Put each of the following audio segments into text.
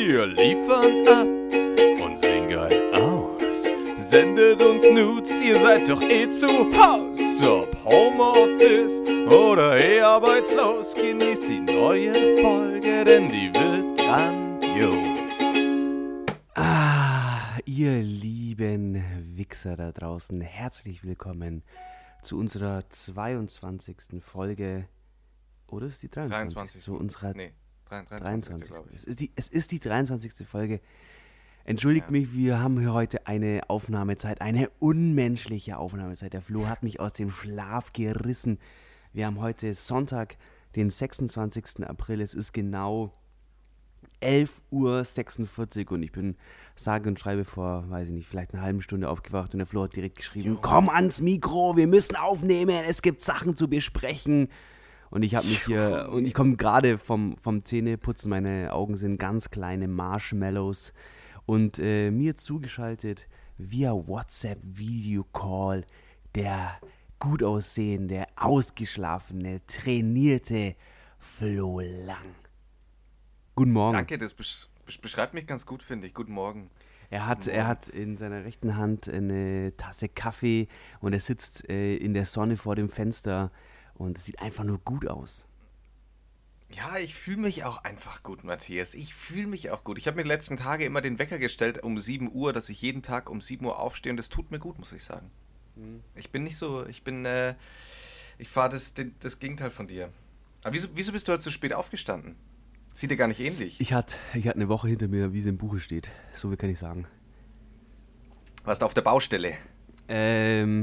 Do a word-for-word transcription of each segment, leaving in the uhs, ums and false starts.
Wir liefern ab und sehen geil aus. Sendet uns Nudes, ihr seid doch eh zu Haus. Ob Homeoffice oder eh arbeitslos, genießt die neue Folge, denn die wird grandios. Ah, ihr lieben Wichser da draußen, herzlich willkommen zu unserer zweiundzwanzigsten Folge. Oder ist die dreiundzwanzigste? dreiundzwanzigste Zu unserer nee, dreiundzwanzigste. dreiundzwanzigste glaube ich. Es ist, die, es ist die dreiundzwanzigste Folge. Entschuldigt Ja. mich, wir haben hier heute eine Aufnahmezeit, eine unmenschliche Aufnahmezeit. Der Flo hat mich aus dem Schlaf gerissen. Wir haben heute Sonntag, den sechsundzwanzigsten April. Es ist genau elf Uhr sechsundvierzig und ich bin sage und schreibe vor, weiß ich nicht, vielleicht eine halbe Stunde aufgewacht und der Flo hat direkt geschrieben, Jo. komm ans Mikro, wir müssen aufnehmen, es gibt Sachen zu besprechen. Und ich habe mich hier, und ich komme gerade vom, vom Zähneputzen, meine Augen sind ganz kleine Marshmallows. Und äh, mir zugeschaltet via WhatsApp-Video-Call der gut aussehende, ausgeschlafene, trainierte Flo Lang. Guten Morgen. Danke, das besch- besch- beschreibt mich ganz gut, finde ich. Guten Morgen. Er hat, Guten er Morgen. hat in seiner rechten Hand eine Tasse Kaffee und er sitzt äh, in der Sonne vor dem Fenster und es sieht einfach nur gut aus. Ja, ich fühle mich auch einfach gut, Matthias. Ich fühle mich auch gut. Ich habe mir die letzten Tage immer den Wecker gestellt um sieben Uhr, dass ich jeden Tag um sieben Uhr aufstehe und das tut mir gut, muss ich sagen. Ich bin nicht so, ich bin, äh, ich fahre das, das Gegenteil von dir. Aber wieso, wieso bist du heute so spät aufgestanden? Sieht dir gar nicht ähnlich. Ich hatte ich hatte eine Woche hinter mir, wie es im Buche steht. So viel kann ich sagen. Warst du auf der Baustelle? Ähm,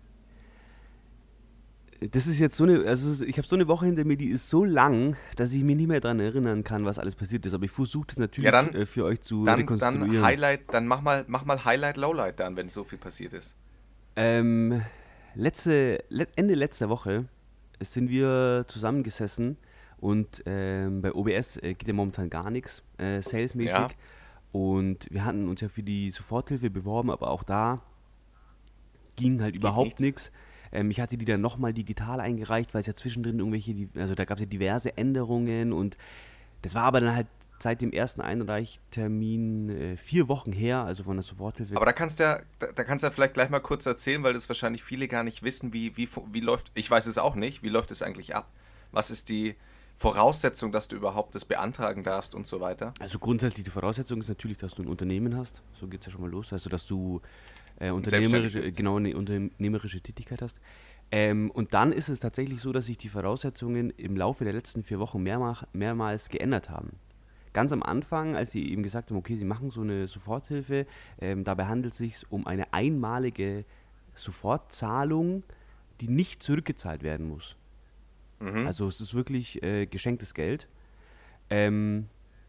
das ist jetzt so eine, also ich habe so eine Woche hinter mir, die ist so lang, dass ich mich nicht mehr daran erinnern kann, was alles passiert ist. Aber ich versuche das natürlich Ja, dann- äh, für euch zu Dann, rekonstruieren. dann Highlight, dann mach mal, mach mal Highlight, Lowlight dann, wenn so viel passiert ist. Ähm, letzte, le- Ende letzter Woche sind wir zusammengesessen und ähm, bei O B S äh, geht ja momentan gar nichts, äh, salesmäßig. Ja. Und wir hatten uns ja für die Soforthilfe beworben, aber auch da ging halt überhaupt nichts. nichts. Ähm, ich hatte die dann nochmal digital eingereicht, weil es ja zwischendrin irgendwelche, di- also da gab es ja diverse Änderungen und das war aber dann halt seit dem ersten Einreichtermin äh, vier Wochen her, also von der Soforthilfe. Aber da kannst du ja, da, da kannst du ja vielleicht gleich mal kurz erzählen, weil das wahrscheinlich viele gar nicht wissen, wie, wie, fu- wie läuft, ich weiß es auch nicht, wie läuft es eigentlich ab? Was ist die Voraussetzung, dass du überhaupt das beantragen darfst und so weiter? Also grundsätzlich die Voraussetzung ist natürlich, dass du ein Unternehmen hast. So geht es ja schon mal los. Also dass du äh, unternehmerische, selbstständig bist. genau, eine unternehmerische Tätigkeit hast. Ähm, und dann ist es tatsächlich so, dass sich die Voraussetzungen im Laufe der letzten vier Wochen mehrmals, mehrmals geändert haben. Ganz am Anfang, als sie eben gesagt haben, okay, sie machen so eine Soforthilfe, ähm, dabei handelt es sich um eine einmalige Sofortzahlung, die nicht zurückgezahlt werden muss. Mhm. Also es ist wirklich äh, geschenktes Geld. Ähm,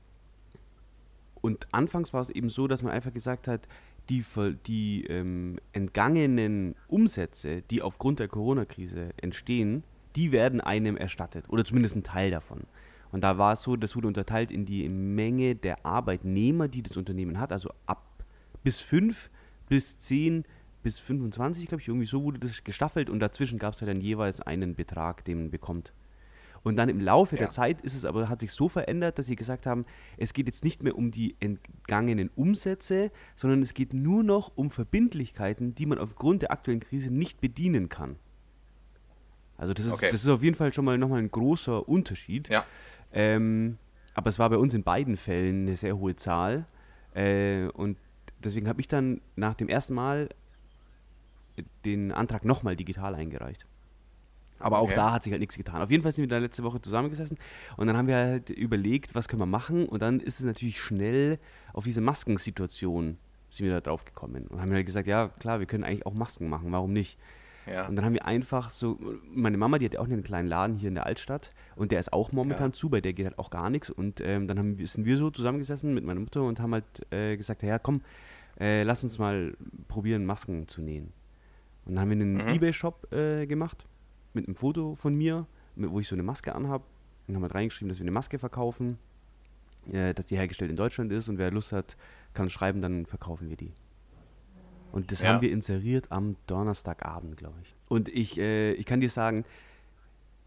und anfangs war es eben so, dass man einfach gesagt hat, die, ver- die ähm, entgangenen Umsätze, die aufgrund der Corona-Krise entstehen, die werden einem erstattet. Oder zumindest ein Teil davon. Und da war es so, das wurde unterteilt in die Menge der Arbeitnehmer, die das Unternehmen hat. Also ab bis fünf, bis zehn, bis fünfundzwanzig, glaube ich, irgendwie so wurde das gestaffelt. Und dazwischen gab es halt dann jeweils einen Betrag, den man bekommt. Und dann im Laufe Ja. der Zeit ist es aber, hat sich so verändert, dass sie gesagt haben, es geht jetzt nicht mehr um die entgangenen Umsätze, sondern es geht nur noch um Verbindlichkeiten, die man aufgrund der aktuellen Krise nicht bedienen kann. Also das ist, Okay. das ist auf jeden Fall schon mal nochmal ein großer Unterschied. Ja. Ähm, aber es war bei uns in beiden Fällen eine sehr hohe Zahl. Äh, und deswegen habe ich dann nach dem ersten Mal den Antrag nochmal digital eingereicht. Aber auch Okay. da hat sich halt nichts getan. Auf jeden Fall sind wir da letzte Woche zusammengesessen und dann haben wir halt überlegt, was können wir machen. Und dann ist es natürlich schnell auf diese Maskensituation sind wir da drauf gekommen. Und haben halt gesagt, ja klar, wir können eigentlich auch Masken machen, warum nicht? Ja. Und dann haben wir einfach so, meine Mama, die hat ja auch einen kleinen Laden hier in der Altstadt und der ist auch momentan Ja. zu, bei der geht halt auch gar nichts. Und ähm, dann haben, wir- sind wir so zusammengesessen mit meiner Mutter und haben halt äh, gesagt, ja komm, äh, lass uns mal probieren, Masken zu nähen. Und dann haben wir einen Mhm. Ebay-Shop äh, gemacht mit einem Foto von mir, mit, wo ich so eine Maske anhabe und haben halt reingeschrieben, dass wir eine Maske verkaufen, äh, dass die hergestellt in Deutschland ist und wer Lust hat, kann schreiben, dann verkaufen wir die. Und das Ja. haben wir inseriert am Donnerstagabend, glaube ich. Und ich, äh, ich kann dir sagen,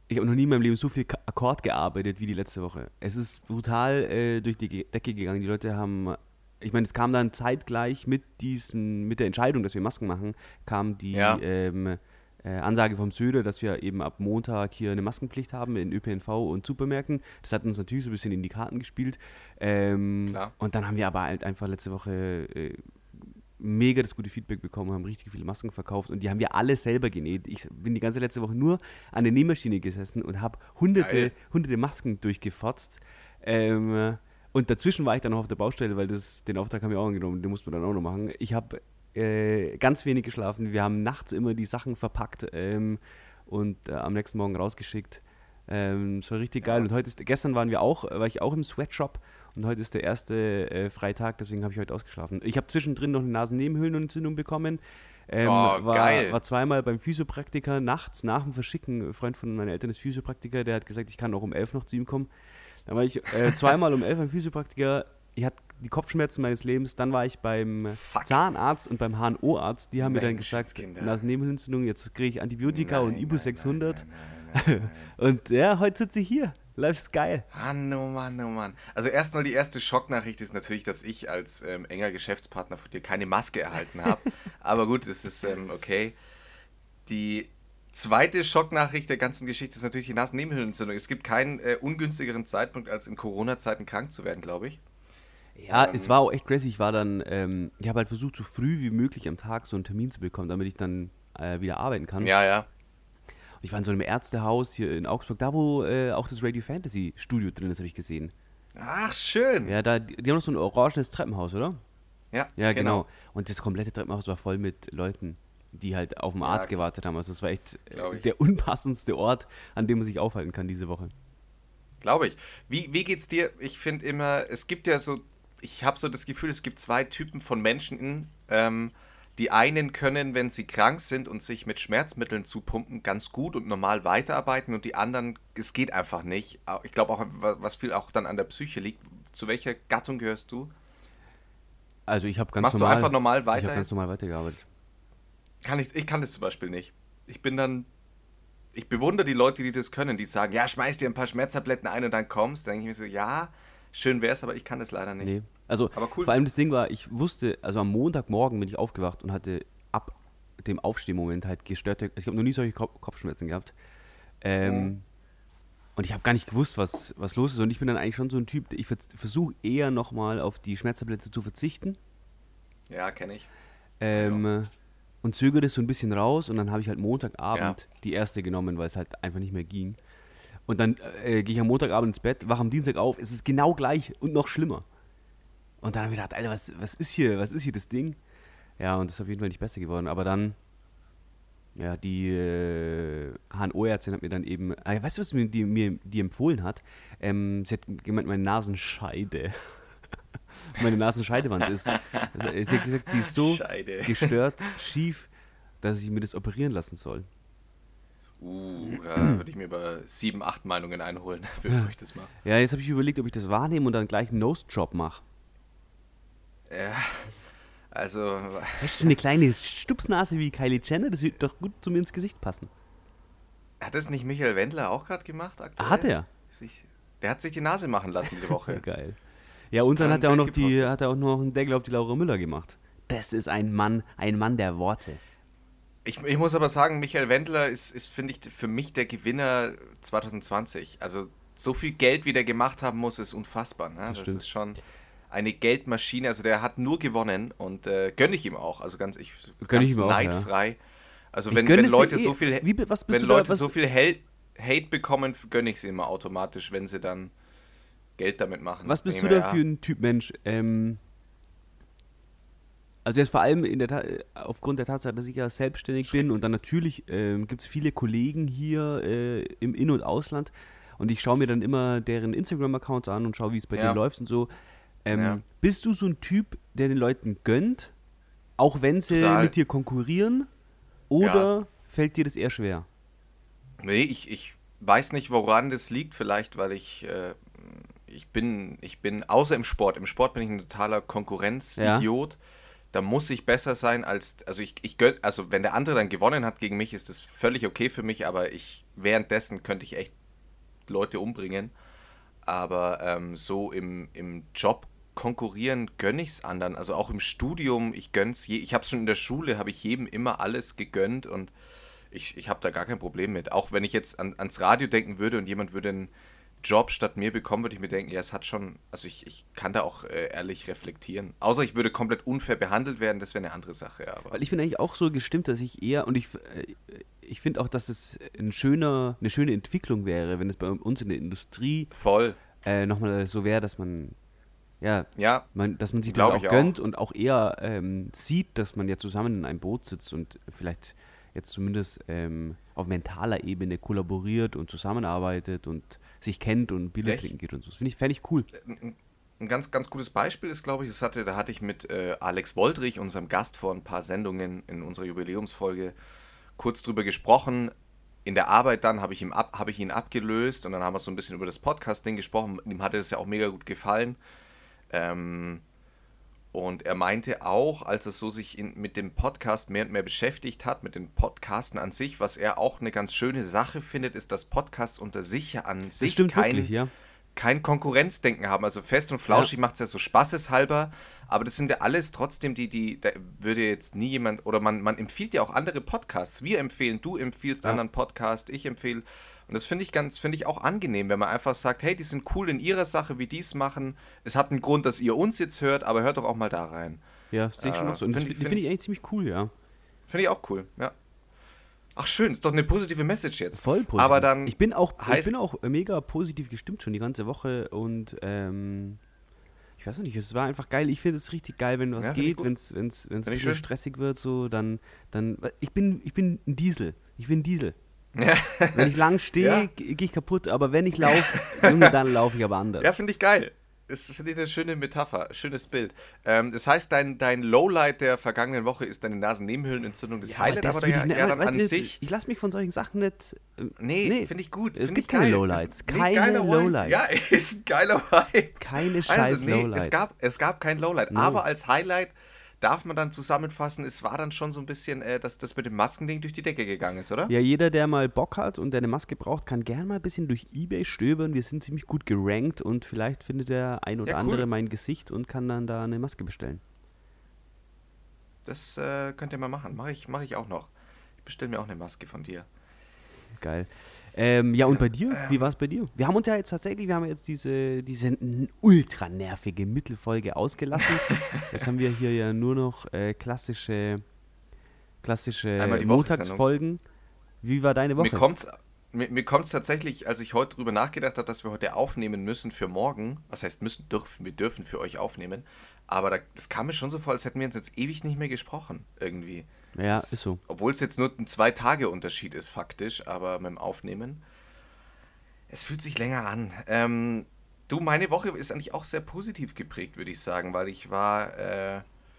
Ich habe noch nie in meinem Leben so viel Akkord gearbeitet wie die letzte Woche. Es ist brutal äh, durch die Decke gegangen. Die Leute haben, ich meine, es kam dann zeitgleich mit diesen, mit der Entscheidung, dass wir Masken machen, kam die Ja. ähm, äh, Ansage vom Söder, dass wir eben ab Montag hier eine Maskenpflicht haben in Ö P N V und Supermärkten. Das hat uns natürlich so ein bisschen in die Karten gespielt. Ähm, Klar. Und dann haben wir aber halt einfach letzte Woche äh, mega das gute Feedback bekommen, haben richtig viele Masken verkauft und die haben wir alle selber genäht. Ich bin die ganze letzte Woche nur an der Nähmaschine gesessen und habe hunderte, hunderte Masken durchgefotzt. Ähm, und dazwischen war ich dann noch auf der Baustelle, weil das, den Auftrag haben wir auch angenommen, den mussten wir dann auch noch machen. Ich habe äh, ganz wenig geschlafen. Wir haben nachts immer die Sachen verpackt ähm, und äh, am nächsten Morgen rausgeschickt. Ähm, das war richtig geil. Ja. Und heute ist, gestern waren wir auch, war ich auch im Sweatshop und heute ist der erste äh, Freitag, deswegen habe ich heute ausgeschlafen. Ich habe zwischendrin noch eine Nasennebenhöhlenentzündung bekommen. Ähm, Oh, war, geil. war zweimal beim Physiopraktiker nachts nach dem Verschicken. Ein Freund von meinen Eltern ist Physiopraktiker, der hat gesagt, ich kann auch um elf noch zu ihm kommen. Dann war ich äh, zweimal um elf beim Physiopraktiker. Ich hatte die Kopfschmerzen meines Lebens. Dann war ich beim Fuck. Zahnarzt und beim H N O-Arzt. Die haben mir dann gesagt, Menschenskinder. Nasennebenhöhlenentzündung, jetzt kriege ich Antibiotika Nein, und Ibu nein, sechshundert. nein, nein, nein, nein, nein. Und ja, heute sitze ich hier. Läuft's geil. Mann, oh Mann, oh Mann. Also erstmal die erste Schocknachricht ist natürlich, dass ich als ähm, enger Geschäftspartner von dir keine Maske erhalten habe. Aber gut, es ist ähm, okay. Die zweite Schocknachricht der ganzen Geschichte ist natürlich die Nasennebenhöhlenentzündung. Es gibt keinen äh, ungünstigeren Zeitpunkt, als in Corona-Zeiten krank zu werden, glaube ich. Ja, Ähm, es war auch echt crazy. Ich war dann, ähm, ich habe halt versucht, so früh wie möglich am Tag so einen Termin zu bekommen, damit ich dann äh, wieder arbeiten kann. Ja, ja. Ich war in so einem Ärztehaus hier in Augsburg, da wo äh, auch das Radio Fantasy Studio drin ist, habe ich gesehen. Ach, schön. Ja, da, die haben noch so ein orangenes Treppenhaus, oder? Ja, Ja, genau. Und das komplette Treppenhaus war voll mit Leuten, die halt auf den Ja, Arzt gewartet haben. Also es war echt glaub äh, ich. der unpassendste Ort, an dem man sich aufhalten kann diese Woche. Glaube ich. Wie, wie geht's dir? Ich finde immer, es gibt ja so, ich habe so das Gefühl, es gibt zwei Typen von Menschen. Ähm, die einen können, wenn sie krank sind und sich mit Schmerzmitteln zupumpen, ganz gut und normal weiterarbeiten und die anderen, es geht einfach nicht. Ich glaube auch, was viel auch dann an der Psyche liegt. Zu welcher Gattung gehörst du? Also ich habe ganz Machst normal, du einfach normal ich weiter? habe ganz normal weitergearbeitet. Kann ich, ich kann das zum Beispiel nicht. Ich bin dann, ich bewundere die Leute, die das können, die sagen, ja, schmeiß dir ein paar Schmerztabletten ein und dann kommst. Dann denke ich mir so, ja, schön wär's, aber ich kann das leider nicht. Nee. Also Aber cool. vor allem das Ding war, ich wusste, also am Montagmorgen bin ich aufgewacht und hatte ab dem Aufstehmoment halt gestörte, also ich habe noch nie solche Kop- Kopfschmerzen gehabt. Ähm, Mhm. Und ich habe gar nicht gewusst, was, was los ist. Und ich bin dann eigentlich schon so ein Typ, ich versuche eher nochmal auf die Schmerztablette zu verzichten. Ja, kenne ich. Ähm, und zögere das so ein bisschen raus und dann habe ich halt Montagabend die erste genommen, weil es halt einfach nicht mehr ging. Und dann äh, gehe ich am Montagabend ins Bett, wache am Dienstag auf, es ist genau gleich und noch schlimmer. Und dann habe ich gedacht, Alter, was, was ist hier, was ist hier das Ding? Ja, und das ist auf jeden Fall nicht besser geworden. Aber dann, ja, die äh, H N O-Ärztin hat mir dann eben, äh, weißt du, was mir die, mir die empfohlen hat? Ähm, sie hat gemeint, meine Nasenscheide. meine Nasenscheidewand ist, also, sie hat gesagt, die ist so Scheide. gestört, schief, dass ich mir das operieren lassen soll. Uh, da würde ich mir über sieben, acht Meinungen einholen, bevor ich das mache. Ja, jetzt habe ich überlegt, ob ich das wahrnehme und dann gleich einen Nose-Job mache. Ja, also, Hast du eine kleine Stupsnase wie Kylie Jenner? Das wird doch gut zu mir ins Gesicht passen. hat das nicht Michael Wendler auch gerade gemacht aktuell? Ah, hat er? Sich, der hat sich die Nase machen lassen die Woche. Geil. Ja, und dann Hat hat er auch ein noch Bild die, gepostet. hat er auch noch einen Deckel auf die Laura Müller gemacht. Das ist ein Mann, ein Mann der Worte. Ich, ich muss aber sagen, Michael Wendler ist, ist finde ich, für mich der Gewinner zwanzig zwanzig. Also so viel Geld, wie der gemacht haben muss, ist unfassbar. Ne? Das, stimmt. ist schon eine Geldmaschine. Also der hat nur gewonnen und äh, gönne ich ihm auch. Also ganz, ich, Gönn ganz ich ihm auch, neidfrei. Also Ich wenn, gönn wenn es dir Leute eh. so viel, Wie, was bist wenn du da, Leute was, so viel Hel- Hate bekommen, gönne ich sie immer automatisch, wenn sie dann Geld damit machen. was bist du Denke da mir, für ein Typ Mensch? Ähm, also jetzt vor allem in der Ta- aufgrund der Tatsache, dass ich ja selbstständig bin und dann natürlich ähm, gibt es viele Kollegen hier äh, im In- und Ausland und ich schaue mir dann immer deren Instagram-Accounts an und schaue, wie es bei Ja. denen läuft und so. Ähm, Ja. Bist du so ein Typ, der den Leuten gönnt, auch wenn sie Total. mit dir konkurrieren, oder fällt dir das eher schwer? Nee, ich, ich weiß nicht, woran das liegt. Vielleicht, weil ich, äh, ich bin, ich bin, außer im Sport, im Sport bin ich ein totaler Konkurrenzidiot. da muss ich besser sein als, also ich, ich gönn, also wenn der andere dann gewonnen hat gegen mich, ist das völlig okay für mich, aber ich, währenddessen könnte ich echt Leute umbringen. Aber ähm, so im, im Job konkurrieren gönne ich es anderen. Also auch im Studium, ich gönn's je, ich habe es schon in der Schule, habe ich jedem immer alles gegönnt und ich, ich habe da gar kein Problem mit. Auch wenn ich jetzt an, ans Radio denken würde und jemand würde einen Job statt mir bekommen, würde ich mir denken, ja, es hat schon, also ich, ich kann da auch äh, ehrlich reflektieren. Außer ich würde komplett unfair behandelt werden, das wäre eine andere Sache. Aber Weil ich bin eigentlich auch so gestimmt, dass ich eher, und ich, äh, ich finde auch, dass es ein schöner, eine schöne Entwicklung wäre, wenn es bei uns in der Industrie voll. äh, nochmal so wäre, dass man, ja, Ja, man, dass man sich das glaube auch ich gönnt auch. und auch eher ähm, sieht, dass man ja zusammen in einem Boot sitzt und vielleicht jetzt zumindest ähm, auf mentaler Ebene kollaboriert und zusammenarbeitet und sich kennt und Bier Echt? trinken geht und so. Das finde ich, fände ich cool. Ein, ein ganz, ganz gutes Beispiel ist, glaube ich, das hatte, da hatte ich mit äh, Alex Woldrich, unserem Gast vor ein paar Sendungen in unserer Jubiläumsfolge, kurz drüber gesprochen. In der Arbeit dann habe ich, ihm ab, habe ich ihn abgelöst und dann haben wir so ein bisschen über das Podcast-Ding gesprochen. Ihm hatte das ja auch mega gut gefallen. Ähm, und er meinte auch, als er so sich in, mit dem Podcast mehr und mehr beschäftigt hat, mit den Podcasten an sich, was er auch eine ganz schöne Sache findet, ist, dass Podcasts unter sich ja an Das sich stimmt kein, wirklich, ja. kein Konkurrenzdenken haben. Also Fest und Flauschig macht es ja so spaßeshalber, aber das sind ja alles trotzdem die, die, da würde jetzt nie jemand, oder man, man empfiehlt ja auch andere Podcasts. Wir empfehlen, du empfiehlst Ja. anderen Podcasts, ich empfehle. Und das finde ich ganz, finde ich auch angenehm, wenn man einfach sagt, hey, die sind cool in ihrer Sache, wie die es machen. Es hat einen Grund, dass ihr uns jetzt hört, aber hört doch auch mal da rein. Ja, sehe ich schon Äh, auch so. Und das find- fi- find- finde ich eigentlich ziemlich cool, ja. Finde ich auch cool, ja. Ach schön, ist doch eine positive Message jetzt. Voll positiv. Aber dann ich bin auch, ich heißt- bin auch mega positiv gestimmt schon die ganze Woche und ähm, ich weiß noch nicht, es war einfach geil. Ich finde es richtig geil, wenn was Ja, find ich geht, gut. wenn es wenn's, wenn's ein ich bisschen schön. stressig wird, so, dann, dann, ich bin, ich bin ein Diesel. Ich bin ein Diesel. Ja, Wenn ich lang stehe, Ja. gehe ich kaputt, aber wenn ich laufe, Junge, dann laufe ich aber anders. ja finde ich geil. Das finde ich eine schöne Metapher, schönes Bild. Ähm, das heißt, dein, dein Lowlight der vergangenen Woche ist deine Nasennebenhöhlenentzündung. Das Ja, Highlight aber, das will ja, ich nicht- ja dann warte, an warte, sich. Ich lasse mich von solchen Sachen nicht. äh, Nee, finde ich gut. Es find gibt ich geil. keine Lowlights. Ist- nee, Keine geiler Vibe. Lowlights. Ja, ist ein geiler Vibe. Keine scheiß Also, nee, Lowlights. es gab, es gab kein Lowlight. No. Aber als Highlight darf man dann zusammenfassen, es war dann schon so ein bisschen, äh, dass das mit dem Maskending durch die Decke gegangen ist, oder? Ja, jeder, der mal Bock hat und der eine Maske braucht, kann gerne mal ein bisschen durch eBay stöbern. Wir sind ziemlich gut gerankt und vielleicht findet der ein oder Ja, cool. andere mein Gesicht und kann dann da eine Maske bestellen. Das äh, könnt ihr mal machen. Mache ich, mach ich auch noch. Ich bestelle mir auch eine Maske von dir. Geil. Ähm, ja, und bei dir? Wie war es bei dir? Wir haben uns ja jetzt tatsächlich, wir haben jetzt diese, diese n- ultra nervige Mittelfolge ausgelassen. Jetzt haben wir hier ja nur noch äh, klassische, klassische Einmal die Wochensendung. Montagsfolgen. Wie war deine Woche? Mir kommt's, mir, mir kommt's tatsächlich, als ich heute drüber nachgedacht habe, dass wir heute aufnehmen müssen für morgen. Was heißt müssen, dürfen, wir dürfen für euch aufnehmen. Aber da, das kam mir schon so vor, als hätten wir uns jetzt ewig nicht mehr gesprochen, irgendwie. Ja, das, ist so. Obwohl es jetzt nur ein Zwei-Tage-Unterschied ist, faktisch, aber mit dem Aufnehmen. Es fühlt sich länger an. Ähm, du, meine Woche ist eigentlich auch sehr positiv geprägt, würde ich sagen, weil ich war, äh,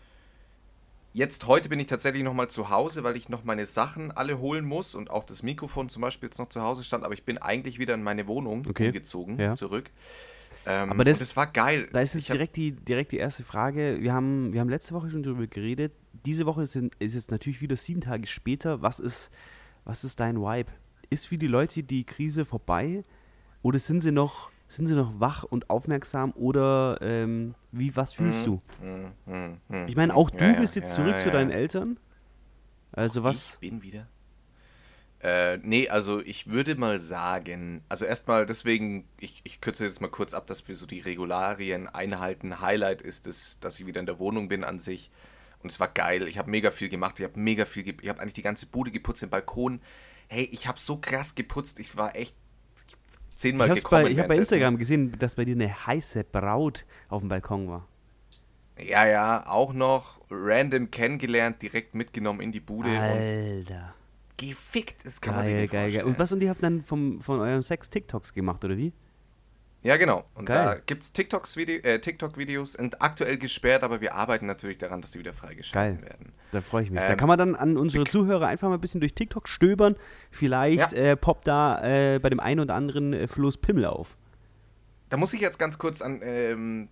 jetzt heute bin ich tatsächlich nochmal zu Hause, weil ich noch meine Sachen alle holen muss und auch das Mikrofon zum Beispiel jetzt noch zu Hause stand, aber ich bin eigentlich wieder in meine Wohnung Okay. umgezogen, Ja. zurück. Ähm, Aber das- und das war geil. Da ist jetzt Ich hab- direkt die, direkt die erste Frage. Wir haben, wir haben letzte Woche schon darüber geredet. Diese Woche sind, ist jetzt natürlich wieder sieben Tage später. Was ist, was ist dein Vibe? Ist für die Leute die Krise vorbei? Oder sind sie noch, sind sie noch wach und aufmerksam? Oder ähm, wie, was fühlst du? Hm, hm, hm, Ich meine, hm. auch du Ja, ja, bist jetzt ja, zurück ja, zu ja. deinen Eltern. Also was? Ich bin wieder. Äh, nee, also ich würde mal sagen, also erstmal deswegen, ich, ich kürze jetzt mal kurz ab, dass wir so die Regularien einhalten. Highlight ist es, dass ich wieder in der Wohnung bin an sich. Und es war geil. Ich habe mega viel gemacht. Ich habe mega viel, ge- ich habe eigentlich die ganze Bude geputzt, den Balkon. Hey, ich habe so krass geputzt. Ich war echt zehnmal Ich habe gekommen. bei, ich hab bei währenddessen. Instagram gesehen, dass bei dir eine heiße Braut auf dem Balkon war. Ja, ja, auch noch random kennengelernt, direkt mitgenommen in die Bude und Alter. gefickt. Das kann man sich Geil, nicht geil, geil. vorstellen. Und was, und ihr habt dann vom, von eurem Sex TikToks gemacht, oder wie? Ja, genau. Und Geil. da gibt es TikToks Video, äh, TikTok-Videos, sind aktuell gesperrt, aber wir arbeiten natürlich daran, dass die wieder freigeschalten Geil. werden. Da freue ich mich. da Ähm, kann man dann an unsere Zuhörer einfach mal ein bisschen durch TikTok stöbern. Vielleicht Ja. äh, poppt da äh, bei dem einen oder anderen äh, Floß Pimmel auf. Da muss ich jetzt ganz kurz an, ähm,